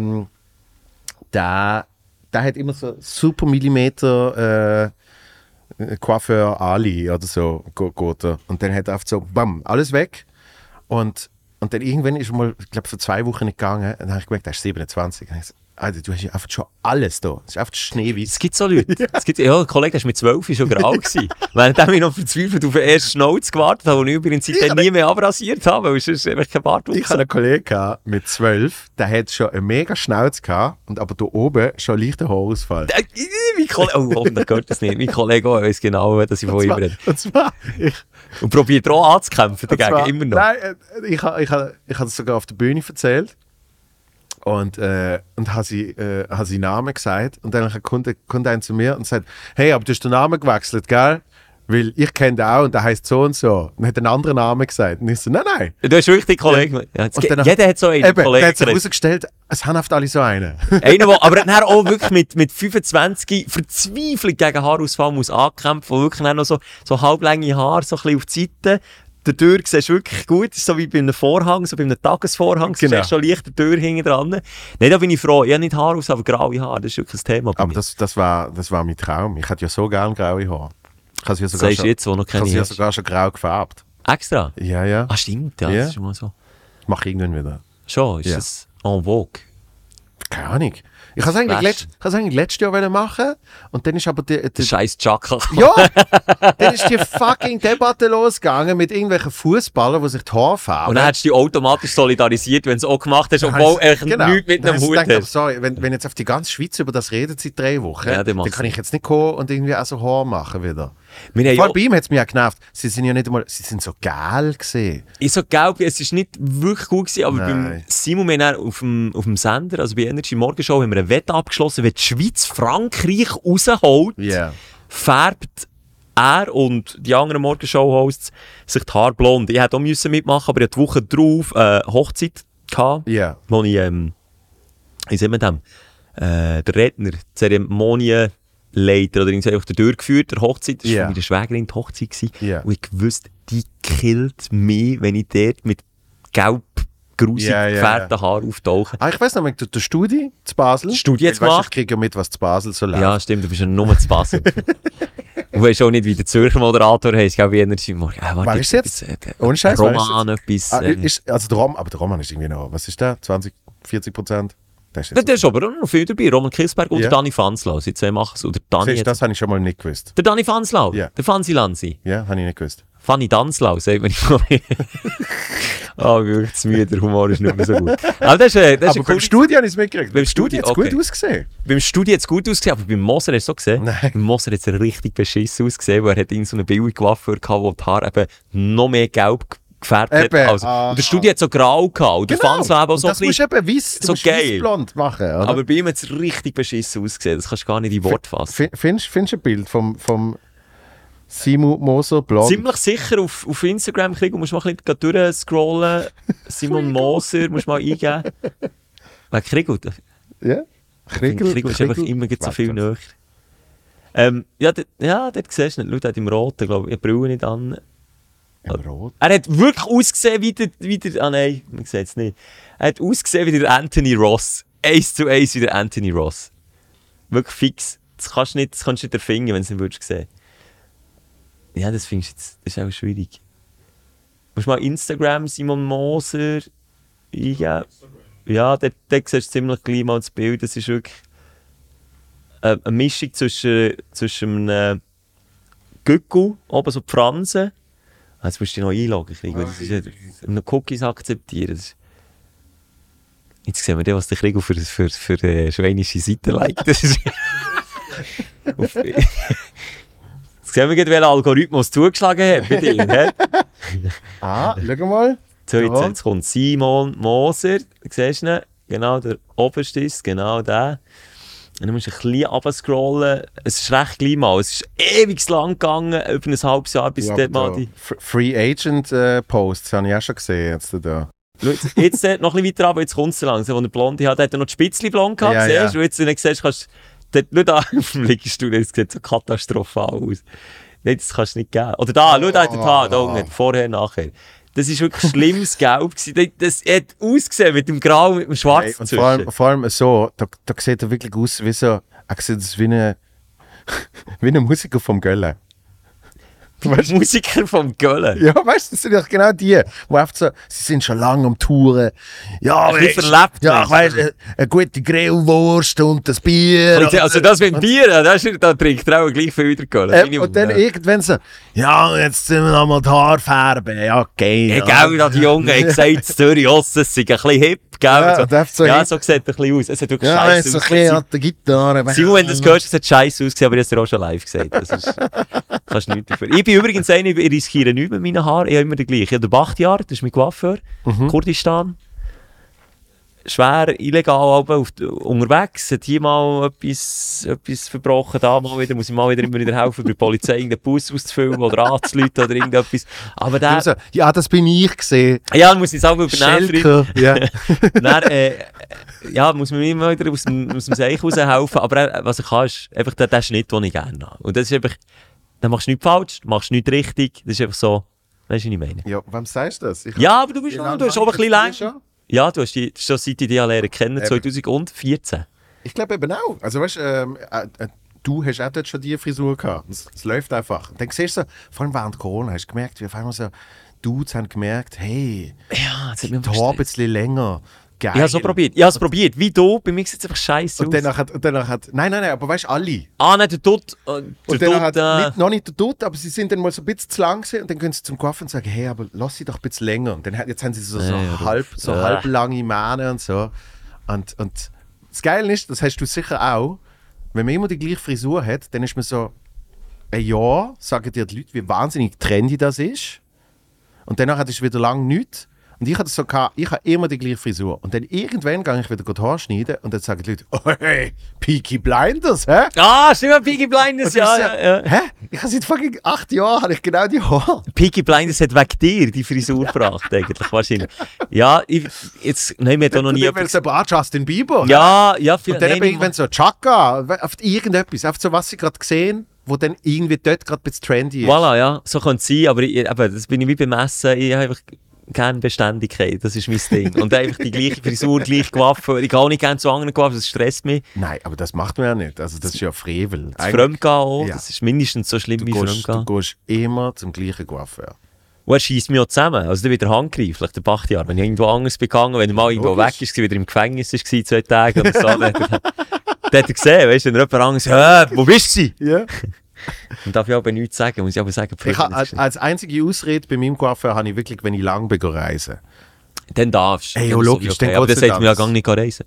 Der hat immer so super Millimeter Coiffeur Ali oder so geht er. Und dann hat er einfach so, bam, alles weg. Und dann irgendwann ist er mal, ich glaube, vor 2 Wochen nicht gegangen. Und dann habe ich gemerkt, er ist 27. Und dann habe ich gesagt, Alter, du hast ja einfach schon alles da. Es ist einfach schneeweiß. Es gibt so Leute. Es gibt, ein Kollege, der war mit 12 schon grau gewesen. Während ich noch verzweifelt auf den ersten Schnauz gewartet habe, den ich übrigens seitdem nie mehr abrasiert habe, weil es ist einfach kein Bart Ich hatte einen Kollegen gehabt, mit 12, der hat schon einen mega Schnauz gehabt, und aber da oben schon einen leichten Haarausfall. Mein Kollege, hoffentlich gehört das nicht. Mein Kollege auch, weiß genau, dass ich von ihm rede. Und zwar, Und probiert auch anzukämpfen dagegen, immer noch. Nein, ich habe das sogar auf der Bühne erzählt. Und habe sie Namen gesagt. Und dann kommt einer zu mir und sagt, hey, aber du hast den Namen gewechselt, gell? Weil ich kenne den auch und der heisst so und so. Und hat einen anderen Namen gesagt. Und ich so, nein. Du hast wirklich Kollegen. Ja, dann- jeder hat so einen Eben, Kollegen. der hat sich herausgestellt, es haben oft alle so einen. Einer, der aber dann auch wirklich mit 25 verzweifelt gegen Haarausfall muss ankämpfen, wo wirklich dann noch so halblänge Haare so ein bisschen auf die Seite. Der Tür siehst du wirklich gut, ist so wie bei einem Vorhang, so bei einem Tagesvorhang, Genau. siehst du schon leicht die Tür hinten dran. Nein, da bin ich froh. Ich habe nicht Haarausfall, aber graue Haare, das ist wirklich ein Thema bei Aber mir. das war mein Traum. Ich hätte ja so gerne graue Haare. Ich habe sie ja sogar Sagst du schon, jetzt, wo noch ich habe keine sie ja hast? sogar schon grau gefärbt. Extra? Ja, ja. Ah, stimmt, ja, Ja. das ist schon mal so. Mach ich irgendwann wieder. Schon, ist Ja. das en vogue? Keine Ahnung. Ich habe es eigentlich letztes Jahr machen, und dann ist aber Der scheiß Chaka. ja, dann ist die fucking Debatte losgegangen mit irgendwelchen Fußballern, die sich die Haare färben. Und dann hättest du dich automatisch solidarisiert, wenn du es auch gemacht hast, obwohl echt nichts mit Dann einem habe ich Hut gedacht, aber hast. sorry, wenn jetzt auf die ganze Schweiz über das redet seit 3 Wochen, Ja, dann dann mach's kann ich jetzt nicht kommen und irgendwie auch so Haare machen wieder. Wir haben Vor ja allem bei ihm hat es mich auch genervt. Sie sind ja nicht einmal, sie sind so geil gesehen. Ich so gelb, es war nicht wirklich gut gewesen, aber Nein. beim Simon, wir haben dann auf dem Sender, also bei Energy Morgenshow, haben wir eine Wette abgeschlossen, wenn die Schweiz Frankreich rausholt, Ja. färbt er und die anderen Morgenshow-Hosts sich die Haare blond. Ich hätte auch mitmachen, aber ich hatte die Woche drauf Hochzeit gehabt, Ja. wo ich, wie sagt man dem, der Redner, die Zeremonienleiter oder irgendwie einfach der durchgeführt, der Hochzeit, das war Ja. von meiner Schwägerin die Hochzeit gewesen. Ja. Und ich wusste, die killt mich, wenn ich dort mit gelb, grusig Ja, ja, gefärbten Haaren auftauche. Ah, ich weiss noch, der Studi zu Basel. Die Studie jetzt Weil, weisst du, gemacht? Ich kriege ja mit, was zu Basel so läuft. Ja, stimmt, du bist ja nur zu Basel. Du weißt auch nicht, wie der Zürcher Moderator heisst, glaube ich, Energy Morgen. Wer ist jetzt? Ohne Scheiß, wer ist Roman, etwas. Ah, also aber der Roman ist irgendwie noch, was ist der? 20-40%? Das ist Da jetzt ist aber auch noch viel dabei. Roman Kisberg und Ja. der Dani Fanslau. Sie zwei machen es. Oder Dani Siehst, jetzt- das habe ich schon mal nicht gewusst. Der Dani Fanslau. Ja. Der Fansi Lansi. Ja, habe ich nicht gewusst. Fanny Danslau, sagt man nicht. Ah, wirklich zu müde, der Humor ist nicht mehr so gut. Aber das ist Aber ein beim cooles- Studi habe ich es mitgekriegt. Beim Studi, hat es okay. gut ausgesehen. Beim Studi hat es gut ausgesehen, aber beim Moser hast du es so gesehen. Nein. Beim Moser hat es richtig beschissen ausgesehen, weil er hat so eine billige Waffe gehabt, wo die Haare eben noch mehr gelb gefärbt hat. Eben, Also, und der Studi hat so grau gehabt. Und der Fanslau eben auch Und so das ein musst du bisschen. eben weiss, du so musst geil. weissblond machen. Oder? Aber bei ihm hat es richtig beschissen ausgesehen. Das kannst du gar nicht in Wort fassen. Findest du ein Bild vom Simon Moser blond? Ziemlich sicher auf Instagram klicken und musst mal ein bisschen durchscrollen. Simon Moser musst du mal eingeben. Wer Kriegel? Ja? Kriegel ist einfach immer so viel näher. Dort siehst du nicht. Schau, der hat im Roten, glaube ich, die Brille nicht an. Im Rot? Er hat wirklich ausgesehen wie der ah nein, man sieht es nicht. Er hat ausgesehen wie der Anthony Ross. 1:1 wie der Anthony Ross. Wirklich fix. Das kannst du nicht erfinden, wenn du es nicht würdest sehen. Ja, das findest du jetzt, das ist auch schwierig. Du musst mal Instagram Simon Moser eingeben. Ja, dort siehst du ziemlich gleich mal das Bild. Das ist wirklich... eine Mischung zwischen einem Gückel, oben so die Fransen. Jetzt musst du dich noch einloggen. Das ist noch Cookies akzeptieren. Jetzt sehen wir, was der Krieg für schweinische Seite liked. Das ist jetzt sehen wir, welchen Algorithmus zugeschlagen hat bei dir. Schau mal. So, jetzt kommt Simon Moser. Siehst du ihn? Genau, der oberste ist genau der. Und dann musst du ein bisschen runterscrollen. Es ist recht klein mal. Es ist ewig lang gegangen, über ein halbes Jahr, bis dort mal die... Free Agent Posts habe ich auch schon gesehen. Jetzt da. Jetzt noch ein bisschen weiter runter, jetzt kommt es langsam. Als er blonde hat, hat er noch die Spitzli blond gehabt, Ja, siehst du? ja. Und jetzt, wenn du siehst, kannst du dort nicht auf dem Liegestuhl, es sieht so katastrophal aus. Nein, das kannst du nicht geben. Oder da, schau da, da unten, vorher, nachher. Das war wirklich schlimmes Gelb gewesen. Das hat ausgesehen mit dem Grau, mit dem Schwarz Hey, und dazwischen. vor allem so, da sieht er wirklich aus wie so, er sieht aus wie ein Musiker vom Gölle. Weißt, Musiker vom Göllen. Ja, weißt du, das sind ja genau die, die einfach so, sie sind schon lange am Touren. Ja, Ein bisschen verlebt. ja, ich weiss, eine gute Grillwurst und das Bier. Also das mit dem Bier, da trinkt er auch gleich viel wieder Göllen. Und dann irgendwann so, ja, jetzt sind wir noch mal die Haare färben. Ja, okay. Ja, gell, da die Jungen haben gesagt, Zürich Osten sei ein bisschen hip, gell? Ja, so. und einfach so Ja, hip. so sieht er ein bisschen aus. Es hat wirklich Ja, scheiße jetzt so ein bisschen an der Gitarre. Simon, wenn du das hörst, es hat scheiße ausgesehen, aber ich habe es dir auch schon live gesagt. Das ist, kannst du nichts dafür. Ich bin übrigens einer, ich riskiere nichts mit meinen Haaren. Ich habe immer den gleichen. Ich habe den Bachtjahr, das ist mein Coiffeur, Kurdistan. Schwer, illegal unterwegs. Hat hier mal etwas verbrochen, da mal wieder. Muss ich mal immer wieder helfen, bei der Polizei irgendeinen Bus auszufüllen oder anzuleiten oder irgendetwas. Aber der... Also, ja, das bin ich gesehen. Ja, dann muss ich es auch übernehmen. Schelker, ja. Dann, ja, muss man mir immer wieder aus dem Seich raushelfen. Aber was ich kann, ist einfach der Schnitt, den ich gerne habe. Und das ist einfach... Dann machst du nichts falsch, machst nichts richtig. Das ist einfach so... Weißt du, was ich meine? Ja, wem sagst du das? Ja, aber du hast auch ein bisschen länger. Ja, du hast die schon seit ich dich lernen kennen, Eben. 2014. Ich glaube eben auch. Also weißt du hast auch dort schon die Frisur gehabt. Es läuft einfach. Und dann siehst du so, vor allem während Corona, hast du gemerkt, wie auf einmal so Dudes haben gemerkt, hey, Ja, das hat mich die Haare ein bisschen länger. Geil. Ich habe es probiert. Ich habe es probiert. Wie du, bei mir sieht es einfach scheiße Und aus. danach hat nein, aber weißt du, alle. Ah, nein, der Dutt. Und dann hat noch nicht der Dutt, aber sie sind dann mal so ein bisschen zu lang gewesen, und dann gehen sie zum Coiffeur und sagen, hey, aber lass sie doch ein bisschen länger. Und dann jetzt haben sie so halblange Mähne und so. Und das Geile ist, das hast du sicher auch, wenn man immer die gleiche Frisur hat, dann ist man so, ja, sagen dir die Leute, wie wahnsinnig trendy das ist. Und danach ist wieder lang nichts. Und ich hatte das so gehabt, ich habe immer die gleiche Frisur. Und dann irgendwann gehe ich wieder die Haare schneiden und dann sagen die Leute, oh hey, Peaky Blinders, hä? Ah, stimmt, Peaky Blinders, ja. Hä? Ich habe seit fucking 8 Jahren habe ich genau die Haare. Peaky Blinders hat wegen dir die Frisur gebracht, eigentlich, wahrscheinlich. Ja, nein, wir haben da noch nie... Und dann so Justin Bieber. Ja, Und dann eben irgendwann so Chaka, auf irgendetwas, auf so was sie gerade gesehen, wo dann irgendwie dort gerade ein bisschen trendy ist. Voilà, ja, so könnte es sein, aber das bin ich wie beim Essen, ich habe einfach gerne Beständigkeit, das ist mein Ding. Und einfach die gleiche Frisur, gleich Coiffeur. Ich gehe auch nicht gerne zu anderen Coiffeur, das stresst mich. Nein, aber das macht man ja nicht. Also das ist ja Frevel. Das Fremdgehen auch, Ja. das ist mindestens so schlimm wie Fremdgehen. Du gehst immer zum gleichen Coiffeur. Und er scheisst mich auch zusammen, also dann wieder handgreiflich, der Bachtjahr. Wenn ich irgendwo anders begangen, wenn er mal irgendwo Logisch. weg ist, wieder im Gefängnis war, 2 Tage oder so, dann hat er gesehen, weißt du, wenn er jemand anderes sagt, wo bist du? Ja. Und darf ich aber nichts sagen, muss ich aber sagen, Ich habe als einzige Ausrede bei meinem Coiffeur habe ich wirklich, wenn ich lang bin, reisen. dann darfst du. Ey, Dann ist logisch, okay. dann Aber geht's das sagt mir ja nicht gar nicht reisen.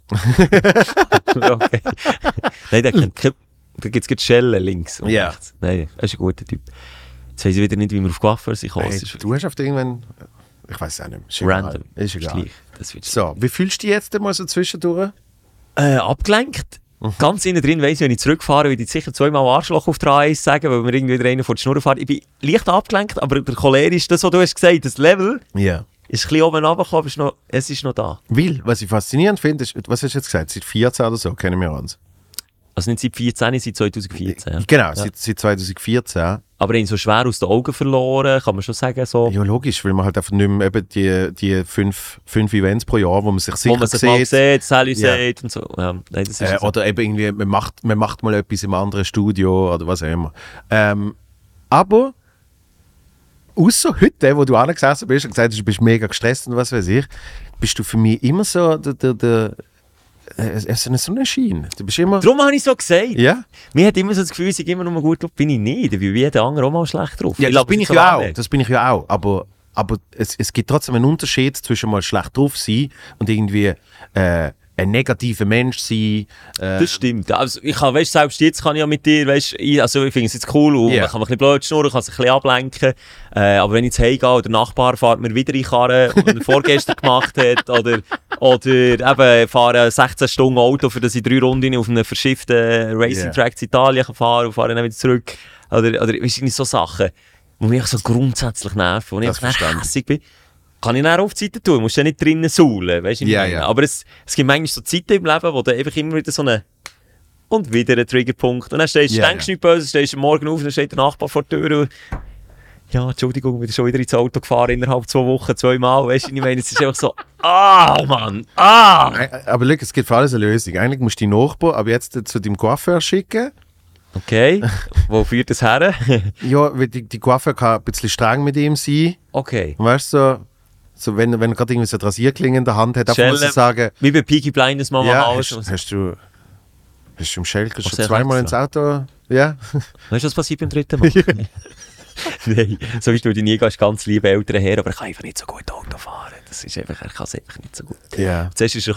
Okay. Nein, da gibt es Schellen links und Ja. rechts. Nein, das ist ein guter Typ. Jetzt weiss ich wieder nicht, wie wir auf Coiffeur sind. Hey, du hast auf irgendwann, ich weiß es auch nicht mehr. Ist egal. random. Ist egal. gleich. Das wird So, wie fühlst du dich jetzt mal so zwischendurch? abgelenkt. Ganz innen drin weiss ich, wenn ich zurückfahre, würde ich sicher 2-mal Arschloch auf der A1 sagen, weil mir irgendwie wieder einer vor die Schnur fährt. Ich bin leicht abgelenkt, aber der cholerisch, das, was du hast gesagt, das Level Ja. ist ein bisschen oben runtergekommen, aber es ist noch da. Weil, was ich faszinierend finde, ist, was hast du jetzt gesagt? Seit 14 oder so kennen wir uns. Also nicht seit 14, seit 2014. Ja. Genau, Ja. seit 2014. Aber ihn so schwer aus den Augen verloren, kann man schon sagen. So. Ja, logisch, weil man halt einfach nicht mehr eben die fünf Events pro Jahr, wo man sich sicher Wo man sich mal sieht, Sally Ja. sagt und so. Ja, nein, das ist so. oder eben irgendwie, man macht mal etwas im anderen Studio oder was auch immer. Aber außer heute, wo du angesessen bist und gesagt hast, du bist mega gestresst und was weiß ich, bist du für mich immer so es ist so eine Schiene. Du bist immer... Darum habe ich so gesagt. Ja? Mir hat immer so das Gefühl, ich immer nur gut drauf, bin ich nicht. Ich bin wie jeder andere auch mal schlecht drauf. Ja, Ich das lasse bin es ich so ja auch. anlegen. Das bin ich ja auch. Aber es gibt trotzdem einen Unterschied zwischen mal schlecht drauf sein und irgendwie ein negativer Mensch sein. Das stimmt. Also, ich kann, weißt, selbst jetzt kann ich ja mit dir, weißt, also ich finde es jetzt cool und Yeah. man kann ein bisschen blöd schnurren, kann sich ein bisschen ablenken. Aber wenn ich jetzt heimgehe und der Nachbar fährt mir wieder in die Karre, die er vorgestern gemacht hat, oder eben fahren 16 Stunden Auto, für das ich 3 Runden auf einem verschifften Racing-Track in Italien kann fahren und fahre dann wieder zurück. Oder weißt du, so Sachen, die mich so grundsätzlich nerven, wo ich Das einfach verstehe ich. hässig bin. Kann ich dann auf die Seite tun, musst du ja nicht drinnen saulen, weißt du? Ja, ja. Aber es gibt manchmal so Zeiten im Leben, wo du einfach immer wieder so eine... Und wieder ein Triggerpunkt. Und dann stehst du, Ja, denkst nicht böse, stehst am Morgen auf, dann steht der Nachbar vor der Tür und... Ja, Entschuldigung, wir sind schon wieder ins Auto gefahren, innerhalb 2 Wochen, 2 Mal, weißt du, ich meine, es ist einfach so... Mann! Aber schau, es gibt für alles eine Lösung. Eigentlich musst du die Nachbarn aber jetzt zu deinem Coiffeur schicken. Okay, wo führt das her? Ja, weil die Coiffeur kann ein bisschen streng mit ihm sein. Okay. Und weißt du, so wenn er gerade irgendwie so eine Rasierklinge in der Hand hat, darf man so sagen, Wie bei Peaky Blinders Mama ja, Haus. hast du im Schelker schon sehr zweimal ins Auto? Ja? Weißt du, was passiert beim 3. Mal? Nein, so wie du die nie gehst, ganz liebe Eltern her, aber er kann einfach nicht so gut Auto fahren. Das ist einfach, er kann es einfach nicht so gut. Ja. Zuerst ist er...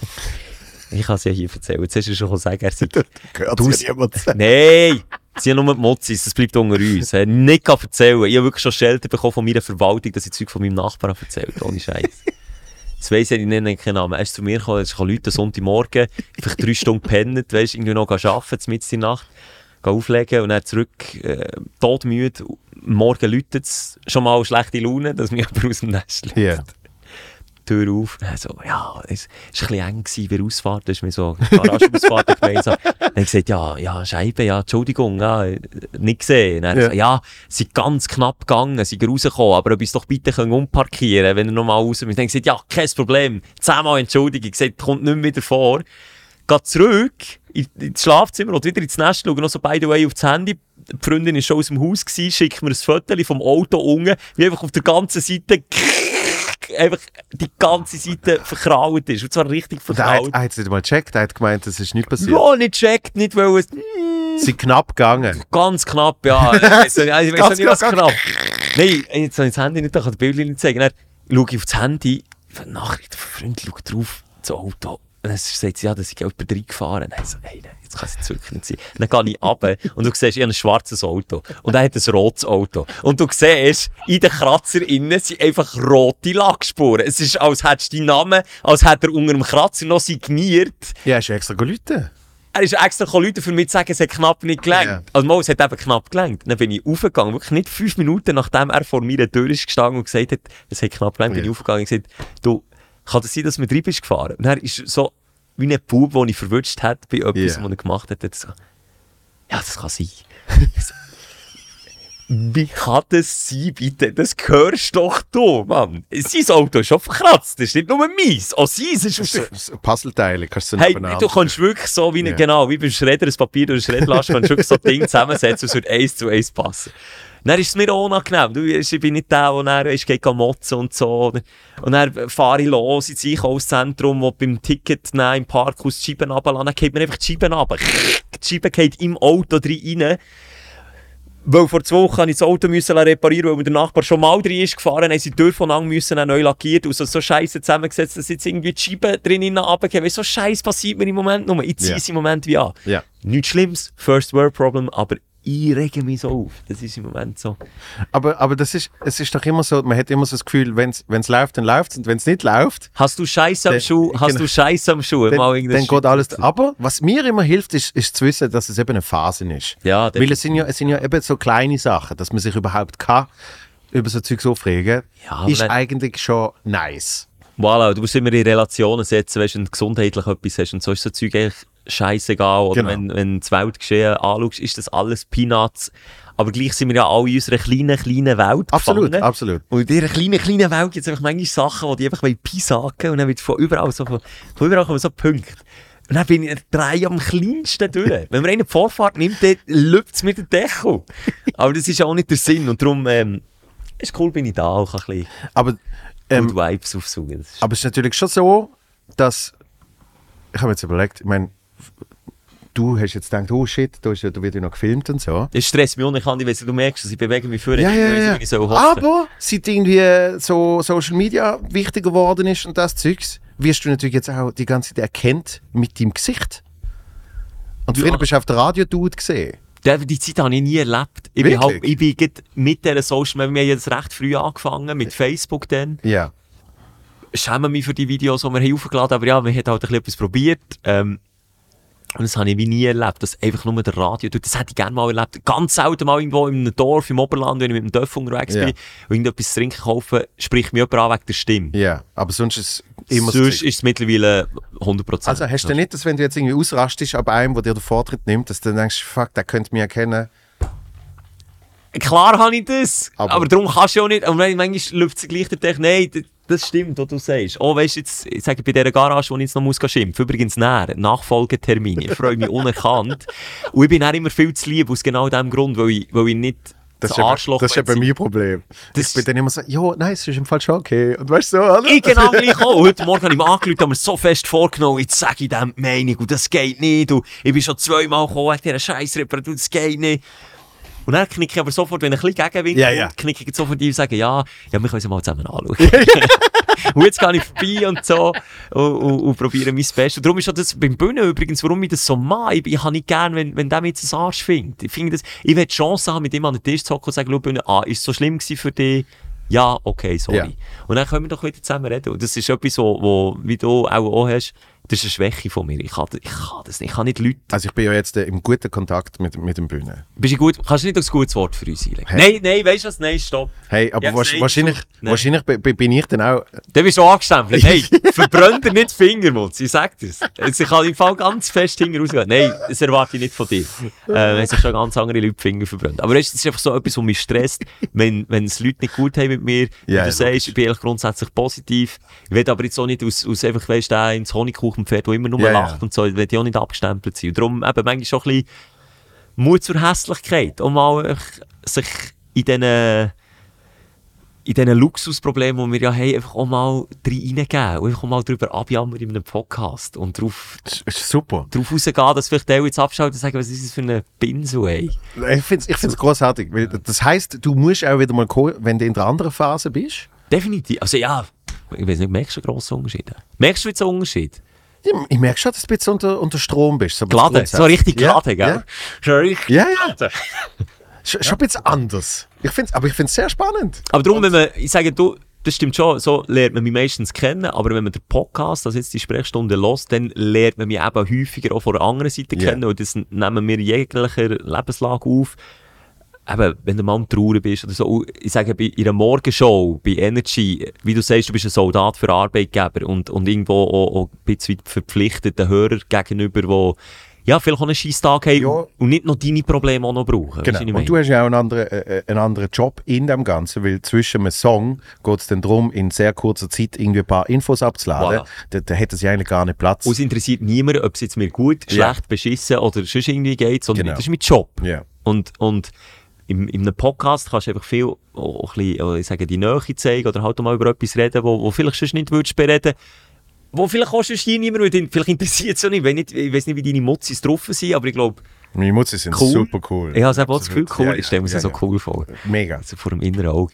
Ich kann es ja hier erzählen. Zuerst ist er schon sagen, er sei... Gehört Du- sich niemand. Nein! Es sind ja nur die Mozzis, das bleibt unter uns. Nicht erzählen. Ich habe wirklich schon Schelte bekommen von meiner Verwaltung, dass ich Zeug von meinem Nachbarn erzählt, ohne Scheiß. Das weiss ich, ich nenne keinen Namen. Er ist zu mir gekommen, er ist Leute Sonntagmorgen, vielleicht 3 Stunden gepennt, weißt, irgendwie noch arbeiten, mitten in der Nacht, auflegen und dann zurück, todmüde. Morgen läutet es, schon mal schlechte Laune, dass mich jemand aus dem Nest lässt. Ja. Tür auf. So, ja, es war ein bisschen eng gewesen bei der Ausfahrt. Da ist mir so Garageausfahrt gemeinsam. Dann habe ich gesagt, ja, Scheibe, ja, Entschuldigung, ja, nicht gesehen. Dann hat er gesagt, ja, sie sind ganz knapp gegangen, sie sind rausgekommen, aber ob ich es doch bitte umparkieren können, wenn er nochmal raus muss. Dann habe ich gesagt, ja, kein Problem, 10-mal Entschuldigung. Ich gesagt, kommt nicht mehr wieder vor. Geht zurück ins Schlafzimmer oder wieder ins Nest schauen, noch so by the way auf das Handy. Die Freundin war schon aus dem Haus, schickt mir ein Foto vom Auto unten, wie einfach auf der ganzen Seite einfach die ganze Seite verkraut ist. Und zwar richtig Und er verkraut. hat es nicht mal gecheckt, er hat gemeint, das ist nicht passiert. Ja, nicht checkt, nicht weil es... Sie sind knapp gegangen. Ganz knapp, ja. Ich weiss nicht, was Ganz knapp. Nein, jetzt habe ich das Handy nicht, ich kann das Bild nicht zeigen. Dann schaue ich auf das Handy, Nachricht, der Freund schaut drauf, das Auto. Und dann sagt sie, ja, dass ich jemand reingefahren. Dann so, hey, jetzt kann es jetzt wirklich nicht sein. Und dann gehe ich runter und du siehst, ich habe ein schwarzes Auto. Und er hat ein rotes Auto. Und du siehst, in den Kratzer innen sind einfach rote Lackspuren. Es ist, als hättest du deinen Namen, als hätte er unter dem Kratzer noch signiert. Ja, hast du extra Leute. Er ist extra gekommen, Leute für mich zu sagen, es hat knapp nicht gelangt. Ja. Also mal, es hat eben knapp gelangt. Dann bin ich aufgegangen, wirklich nicht 5 Minuten, nachdem er vor meiner Tür ist gestanden und gesagt hat, es hat knapp gelangt, bin ich aufgegangen und gesagt, du, kann das sein, dass du mit rein bist gefahren? Und er ist so wie ein Bub, den ich verwünscht hat bei etwas, was er gemacht hat. So, ja, das kann sein. Wie kann das sein, bitte? Das hörst doch du, Mann. Sein Auto ist schon verkratzt, das ist nicht nur meins. Auch seins ist So Puzzleteile kannst du Hey, nebeneinander- du kannst wirklich so wie, Ja. genau, wie beim Schredder ein Papier durch den Schredder lassen, kannst du wirklich so Dinge zusammensetzen, es wird 1 zu 1 passen. Dann ist es mir auch unangenehm. Du, ich bin nicht der, der geht motzen und so. Und dann fahre ich los ins Einkaufszentrum, wo beim Ticket nehmen, im Parkhaus die Scheiben runterlassen. Dann geht mir einfach die Scheiben runter. Die Scheibe geht im Auto rein. Weil vor 2 Wochen musste ich das Auto reparieren, weil der Nachbar schon mal drin ist gefahren, haben sie die Tür von lang müssen neu lackiert und so Scheiße zusammengesetzt, dass jetzt irgendwie die Scheiben drinnen runtergehen. Weißt du, so Scheiß passiert mir im Moment nur. Ich ziehe es im Moment wie an. Ja. Nichts Schlimmes, First World Problem, aber ich rege mich so auf. Das ist im Moment so. Aber es ist doch immer so, man hat immer so das Gefühl, wenn es läuft, dann läuft es. Und wenn es nicht läuft, Hast du Scheiße am Dann- Schuh? Hast genau. du Scheiße am Schuh? Mal dann irgendein geht alles. Aber was mir immer hilft, ist zu wissen, dass es eben eine Phase ist. Ja, Weil es sind ja eben so kleine Sachen, dass man sich überhaupt kann über so Zeugs aufregen, Ja, aber ist wenn- eigentlich schon nice. Voilà, du musst immer in Relationen setzen, weißt, wenn du gesundheitlich etwas hast und so ist so Zeug eigentlich scheissegal. Oder Genau. wenn du das Weltgeschehen anschaust, ist das alles Peanuts. Aber gleich sind wir ja alle in unserer kleinen Welt Absolut, gefangen. absolut. Und in dieser kleinen Welt gibt es einfach manchmal Sachen, die einfach piesacken und dann wird von überall von überall kommen so Punkte. Und dann bin ich 3 am kleinsten durch. Wenn man einen die Vorfahrt nimmt, dann lübt es mit dem Deckel. Aber das ist ja auch nicht der Sinn. Und darum ist cool, bin ich da auch ein bisschen Aber, Good Vibes aufsuchen. Das ist- aber es ist natürlich schon so, dass ich habe jetzt überlegt, ich meine, du hast jetzt gedacht, oh shit, da wird ja noch gefilmt und so. Das stresst mich unheimlich, weil du merkst, dass ich bewege mich vorher. Ja. Ich so Aber seit irgendwie so Social Media wichtiger geworden ist und das Zeugs, wirst du natürlich jetzt auch die ganze Zeit erkannt mit deinem Gesicht. Und früher bist du auf der Radio-Dude gesehen. Die Zeit habe ich nie erlebt. Ich bin gerade mit dieser Social Media, wir haben jetzt recht früh angefangen, mit Facebook dann. Ja. Schämen mich für die Videos, die wir hochgeladen haben, aber ja, wir haben halt etwas probiert. Und das habe ich wie nie erlebt, dass einfach nur der Radio tut. Das hätte ich gerne mal erlebt. Ganz selten mal irgendwo in einem Dorf im Oberland, wenn ich mit dem Dörf unterwegs bin und irgendetwas zu trinken kaufe, spricht mich jemand an wegen der Stimme. Ja, aber sonst ist es immer sonst ist es mittlerweile 100%. Also hast du nicht, dass wenn du jetzt irgendwie ausrastest ab einem, der dir den Vortritt nimmt, dass du dann denkst, fuck, der könnte mich erkennen? Klar habe ich das, aber darum kannst du auch nicht. Und manchmal läuft es gleich der Tag, nein, das stimmt, was du sagst. Oh, weißt du, jetzt, ich sage bei dieser Garage, wo ich jetzt noch schimpfen muss, übrigens näher, Nachfolgetermin. Ich freue mich unerkannt. Und ich bin auch immer viel zu lieb, aus genau dem Grund, weil ich nicht das Arschloch... Das ist eben mein Problem. Ich bin dann immer so, ja, nein, es ist im Fall schon okay. Und weißt du so, oder? Ich genau gleich auch. Heute Morgen habe ich mir angerufen, haben wir so fest vorgenommen, jetzt sage ich dem die Meinung und das geht nicht. Und ich bin schon 2-mal gekommen, wegen dieser Scheissreparatur, das geht nicht. Und dann knicke ich aber sofort, wenn ich ein bisschen gegenwinke, knicke ich sofort ein und sage, ja, wir können es mal zusammen anschauen. Und jetzt gehe ich vorbei und so und probiere mein Bestes. Und darum ist auch das beim Bühnen übrigens, warum ich das so mache. Ich habe nicht gern, wenn der mir jetzt einen Arsch findet. Ich will die Chance haben, mit ihm an den Tisch zu hocken und zu sagen, Bühne, ist es so schlimm gewesen für dich? Ja, okay, sorry. Ja. Und dann können wir doch wieder zusammen reden. Und das ist etwas, wo wie du auch hast, das ist eine Schwäche von mir. Ich kann das nicht. Ich kann nicht Leute... Also ich bin ja jetzt im guten Kontakt mit dem Bühne. Bist du gut? Kannst du nicht ein gutes Wort für uns einlegen? Hey. Nein, weißt du was? Nein, stopp. Hey, aber wahrscheinlich bin ich dann auch... Dann bist du angestempelt. Hey, verbrennt dir nicht die Finger, Mutz. Ich sag das. Ich kann im Fall ganz fest Finger rausgehen. Nein, das erwarte ich nicht von dir. Wenn sich schon ganz andere Leute die Finger verbrennen. Aber das ist einfach so etwas, was mich stresst, wenn es Leute nicht gut haben mit mir. Du sagst, ich bin eigentlich grundsätzlich positiv. Ich will aber jetzt auch nicht aus einfach, weißt du, ins Honigkuchen Pferd, der immer nur lacht und so, will ich auch nicht abgestempelt sein. Und darum eben manchmal schon ein bisschen Mut zur Hässlichkeit, um mal sich in diesen Luxusproblemen, die wir ja haben, einfach auch mal reingeben und einfach auch mal darüber abjammern in einem Podcast und darauf rausgehen, dass vielleicht der jetzt abschaut und sagen, was ist das für eine Pinsel, ey. Ich finde es grossartig, weil das heisst, du musst auch wieder mal kommen, wenn du in der anderen Phase bist. Definitiv, also ja, ich weiß nicht, merkst du einen grossen Unterschied? Merkst du jetzt einen Unterschied? Ich merke schon, dass du ein bisschen unter Strom bist. So geladen, so richtig geladen, gell? Schon richtig geladen. Schon ein bisschen anders. Ich finde es sehr spannend. Aber darum, ich sage, das stimmt schon, so lernt man mich meistens kennen, aber wenn man den Podcast, also jetzt die Sprechstunde hört, dann lernt man mich eben häufiger auch von der anderen Seite kennen und das nehmen wir jeglicher Lebenslage auf. Eben, wenn du mal am Trauern bist oder so, ich sage, in einer Morgenshow, bei Energy, wie du sagst, du bist ein Soldat für Arbeitgeber und irgendwo auch ein bisschen verpflichtet den Hörer gegenüber, die ja, vielleicht auch einen Scheisstag haben und nicht noch deine Probleme auch noch brauchen. Genau. Und du hast ja auch einen anderen Job in dem Ganzen, weil zwischen einem Song geht es dann darum, in sehr kurzer Zeit irgendwie ein paar Infos abzuladen. Voilà. Da hätte es ja eigentlich gar nicht Platz. Und es interessiert niemand, ob es jetzt mir gut, schlecht, beschissen oder sonst irgendwie geht, sondern das ist mein Job. Yeah. Und in einem Podcast kannst du einfach viel auch ein bisschen, ich sage, die Nähe zeigen oder halt auch mal über etwas reden, wo vielleicht sonst nicht würdest bereden, wo vielleicht auch sonst niemand würde. Vielleicht interessiert es auch nicht. Ich weiß nicht, wie deine Mutzis drauf sind, aber ich glaube... Meine Mutzis sind cool. Super cool. Ich habe auch das Gefühl, cool. Ich stelle mir sie so cool vor. Mega. Also vor dem inneren Auge.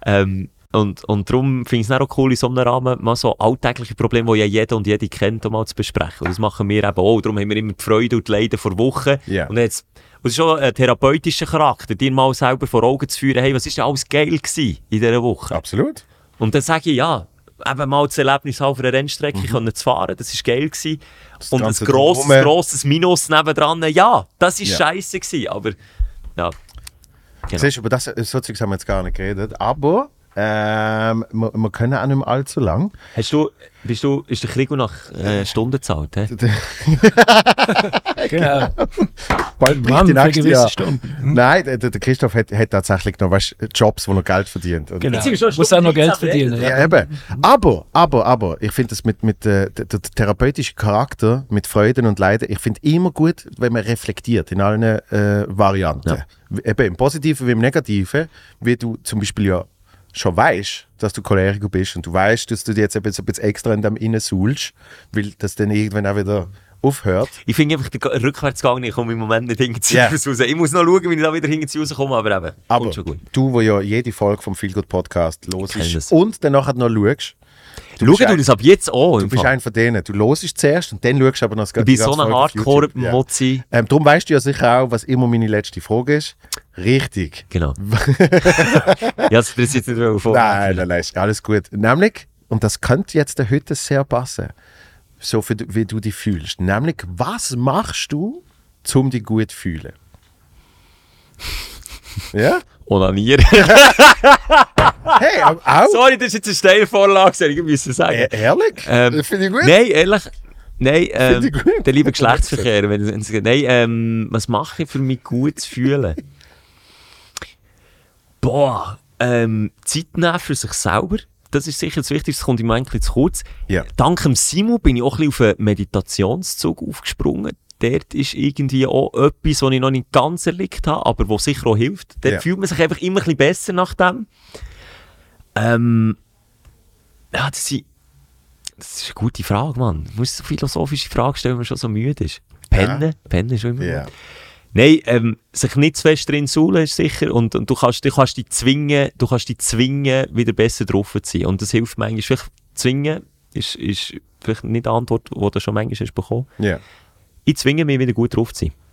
Und darum finde ich es auch cool, in so einem Rahmen mal so alltägliche Probleme, die ja jeder und jede kennt, mal zu besprechen. Und das machen wir eben auch. Darum haben wir immer die Freude und die Leiden vor Wochen. Yeah. Und jetzt... Und es ist schon ein therapeutischer Charakter, dir mal selber vor Augen zu führen, hey, was war denn alles geil gewesen in dieser Woche? Absolut. Und dann sage ich, ja, eben mal das Erlebnis auf einer Rennstrecke zu fahren, das war geil gewesen. Und ein grosses Minus nebendran, ja, das war scheisse gewesen, aber ja. Genau. Siehst du, über das sozusagen haben wir jetzt gar nicht geredet, aber wir können auch nicht mehr allzu lang. Ist der Krieg nach Stunden gezahlt? Genau. Bald Mann, die nächste Jahr. Stunden. Nein, der Christoph hat tatsächlich noch Jobs, wo er Geld verdient. Und genau. Muss auch noch Geld verdienen. Ja, eben. Aber, ich finde das mit der therapeutischen Charakter, mit Freuden und Leiden, ich finde immer gut, wenn man reflektiert in allen Varianten. Ja. Eben im Positiven wie im Negativen, wie du zum Beispiel ja schon weißt, dass du Choleriker bist und du weißt, dass du dich jetzt ein bisschen extra in dem innen suhlst, weil das dann irgendwann auch wieder aufhört. Ich finde einfach, der Rückwärtsgang, ich komme im Moment nicht hinten Yeah. raus. Ich muss noch schauen, wie ich da wieder hinten rauskomme, aber eben, Aber kommt schon gut. du, wo ja jede Folge vom Feel Good Podcast kenn hörst das. und dann nachher noch schaust, Schau du das ab jetzt an. du bist einer von denen. Du hörst zuerst und dann schaust du aber noch das Ich bin so ein Hardcore-Mozzi. Darum weißt du ja sicher auch, was immer meine letzte Frage ist. Richtig. Genau. Ja, das interessiert nicht mehr vor. Nein, ist alles gut. Nämlich, und das könnte jetzt heute sehr passen, so wie du dich fühlst. Nämlich, was machst du, um dich gut zu fühlen? Ja? Onanieren. Hey, auch? Sorry, das ist jetzt eine steile Vorlage, ich müssen sagen. Ehrlich? Finde ich gut. Nein, ehrlich. Nein, Finde ich gut. der liebe Geschlechtsverkehr. Was mache ich, für mich gut zu fühlen? Boah, Zeit nehmen für sich selber. Das ist sicher das Wichtigste, das kommt im Moment ein bisschen zu kurz. Ja. Dank dem Simon bin ich auch ein bisschen auf einen Meditationszug aufgesprungen. Dort ist irgendwie auch etwas, was ich noch nicht ganz erlebt habe, aber was sicher auch hilft. Dort fühlt man sich einfach immer ein bisschen besser nach dem. Ja, das ist eine gute Frage, Mann. Du musst so philosophische Fragen stellen, wenn man schon so müde ist. Pennen ist schon immer Ja. gut. Nein, sich nicht zu fest drin suhlen ist sicher und du kannst dich zwingen, wieder besser drauf zu sein. Und das hilft manchmal. Vielleicht zwingen ist vielleicht nicht die Antwort, die du schon manchmal hast bekommen. Ja. Ich zwinge mich, wieder gut drauf zu sein.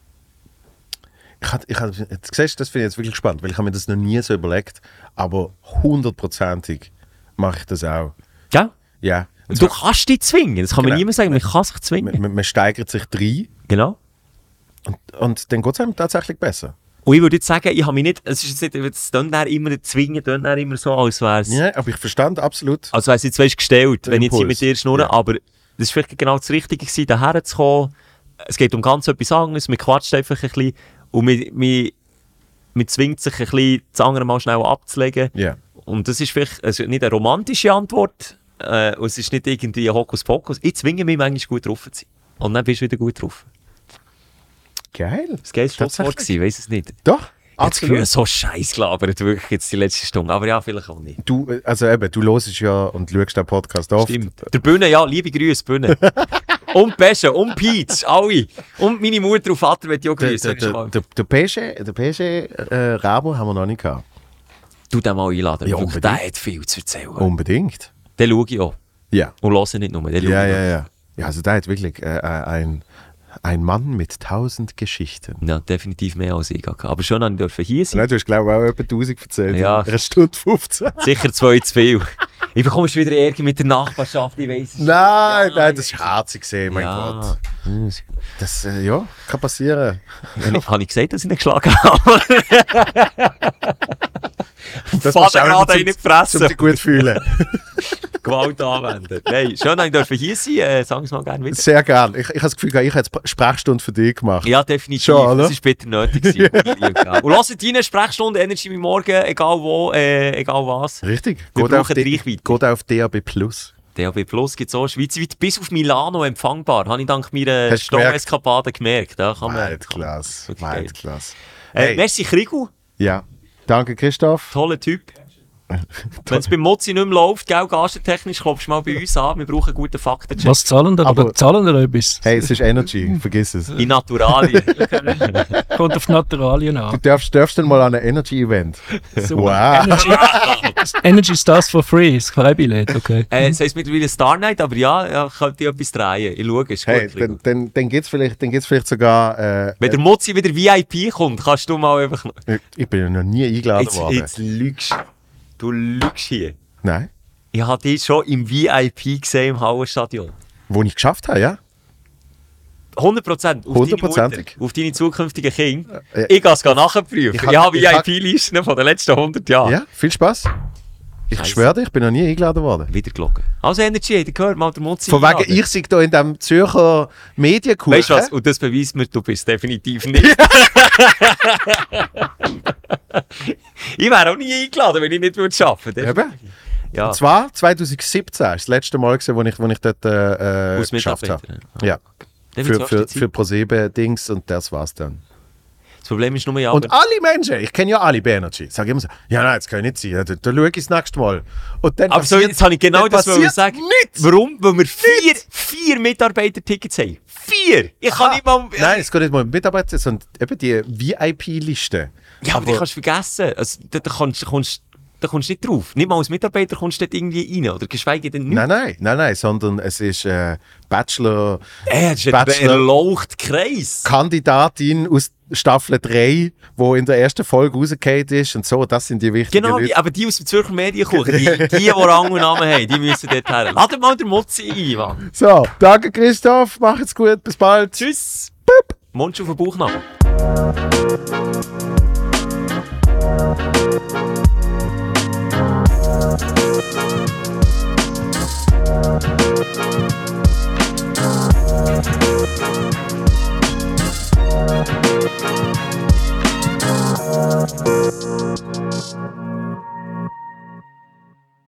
Jetzt siehst du, das finde ich jetzt wirklich spannend, weil ich habe mir das noch nie so überlegt, aber 100%ig mache ich das auch. Ja? Ja. Du kannst dich zwingen, das kann man niemand sagen, man kann sich zwingen. Man steigert sich rein Genau. und dann geht es einem tatsächlich besser. Und ich würde jetzt sagen, ich habe mich nicht, es ist jetzt nicht, es tönt dann immer zwingen, tönt dann immer so, als wäre es... Ja, aber ich verstand absolut. Also weiss jetzt weißt, gestellt, Der wenn ich jetzt hier Impuls. mit dir schnurre, Ja. aber das war vielleicht genau das Richtige gewesen, daher zu kommen. Es geht um ganz etwas anderes, man quatscht einfach ein bisschen und man zwingt sich ein bisschen, das andere mal schnell abzulegen. Ja. Und das ist vielleicht nicht eine romantische Antwort, und es ist nicht irgendwie ein Hokuspokus. Ich zwinge mich manchmal gut drauf zu sein. Und dann bist du wieder gut drauf. Geil. Das geile Schlusswort Tatsächlich. gewesen, weiss es nicht. Doch, Ich habe das Gefühl, absolut. so scheiß gelabert, wirklich jetzt die letzte Stunde. Aber ja, vielleicht auch nicht. Du hörst ja und schaust den Podcast oft. Stimmt. Der Bühne, ja, liebe Grüße, Bühne. Und Pesche, und Peach, alle. Und meine Mutter und Vater möchte ich auch grüßen. Der PSG Rabo haben wir noch nicht gehabt. Du den mal einladen. Ja, Wirklich, unbedingt. der hat viel zu erzählen. Unbedingt. Den schaue ich auch. Ja. Und höre nicht nur. Den schaue ich auch. Ja. Ja, also der hat wirklich ein Mann mit 1000 Geschichten. Ja, definitiv mehr als ich gehabt. Aber schon durfte hier sein. Nein, du hast glaube ich auch etwa 1000 erzählt. Ja. In einer Stunde 15. Sicher 2 zu viel. Ich bekomme schon wieder Ärger mit der Nachbarschaft, ich weiss es. Nein, das ist herzig gesehen, mein Gott. Hm. Das kann passieren. Habe ich gesagt, dass ich ihn geschlagen habe? Das Vater machst du auch gerade nur in die Fresse. um dich gut fühlen. Gewalt anwenden. Nein, schön, dass ich dürfen hier sein. Sagen Sie mal gerne wieder. Sehr gern. Ich habe das Gefühl, ich habe jetzt Sprechstunde für dich gemacht. Ja, definitiv. Schon, oder? Das war bitter nötig. gewesen. Und hört rein, Sprechstunde, Energy mit Morgen, egal wo, egal was. Richtig. Wir Geht brauchen die Reichweite. Geht auf DAB+. DAB Plus gibt es auch schweizweit bis auf Milano empfangbar. Habe ich dank meiner Hast du gemerkt? Stau-Eskapade gemerkt. Da kann man, Weltklasse. Wirklich geil. Weltklasse. Hey. Merci, Krigu. Ja. Danke, Christoph. Toller Typ. Wenn es beim Mozi nicht mehr läuft, gell, gastentechnisch, klopfst du mal bei uns an. Wir brauchen einen guten Faktencheck. Was zahlen da? Aber- Aber zahlen da etwas? Hey, es ist Energy. Vergiss es. In Naturalien. Kommt auf Naturalien Du an. darfst dann mal an ein Energy-Event. So. Wow. Energy Stars for free, ist Freibillett, okay. Es heisst mittlerweile Star Night, aber ja, könnte ich etwas drehen. Ich schaue, ist Hey, gut. Krigu. dann geht's vielleicht sogar... Wenn der Mozi wieder VIP kommt, kannst du mal einfach... ich bin ja noch nie eingeladen worden. Jetzt lügst du. Lügst hier. Nein. Ich habe dich schon im VIP gesehen im Hallenstadion. Wo ich geschafft habe, ja? 100%. Auf deine 100%. Mutter, auf deine zukünftigen Kinder. Ja. Ich gehe es nachprüfen. Ich Ich hab- habe ich hab- VIP-Listen von den letzten 100 Jahren. Ja, viel Spaß. Ich Scheisse. schwöre dir, ich bin noch nie eingeladen worden. Wieder gelogen. Also Energy, ihr gehört mal der Mozi Von wegen, eingeladen. ich sei da in diesem Zürcher Medienkurs. Weißt du was? Und das beweist mir, du bist definitiv nicht. Ich wäre auch nie eingeladen, wenn ich nicht arbeiten würde. Eben. Ja, Und zwar 2017 ist das letzte Mal, gewesen, wo ich dort geschafft habe. Mitarbeiter. Ja, Dann wird's für höchste Zeit. ProSieben Dings und das war's dann. Es Problem ist nur ja. Und alle Menschen, ich kenne ja alle Banergy, sagen immer so, ja nein, das kann nicht sein, da schaue ich das nächste Mal. Und dann aber so, jetzt habe ich genau das sagen. Nichts. Warum? Weil wir vier Mitarbeiter-Tickets haben. 4! Ich kann nicht mal... Nein, es geht nicht mal um Mitarbeiter, sondern eben die VIP-Liste. Ja, aber die kannst du vergessen. Also, da kommst du nicht drauf. Nicht mal als Mitarbeiter kommst du dort irgendwie rein. Oder geschweige denn nicht. Nein, sondern es ist Bachelor... das ist ein erlauchter Kreis. Kandidatin aus Staffel 3, die in der ersten Folge rausgefallen ist und so, das sind die wichtigen Genau, Leute. aber die aus dem Zürcher Medienkuchen, die Rang und Namen haben, die müssen dort her. Ladet mal den Mutzi ein, Mann. So, danke Christoph, macht's gut, bis bald. Tschüss. Mund auf den Bauchnabel.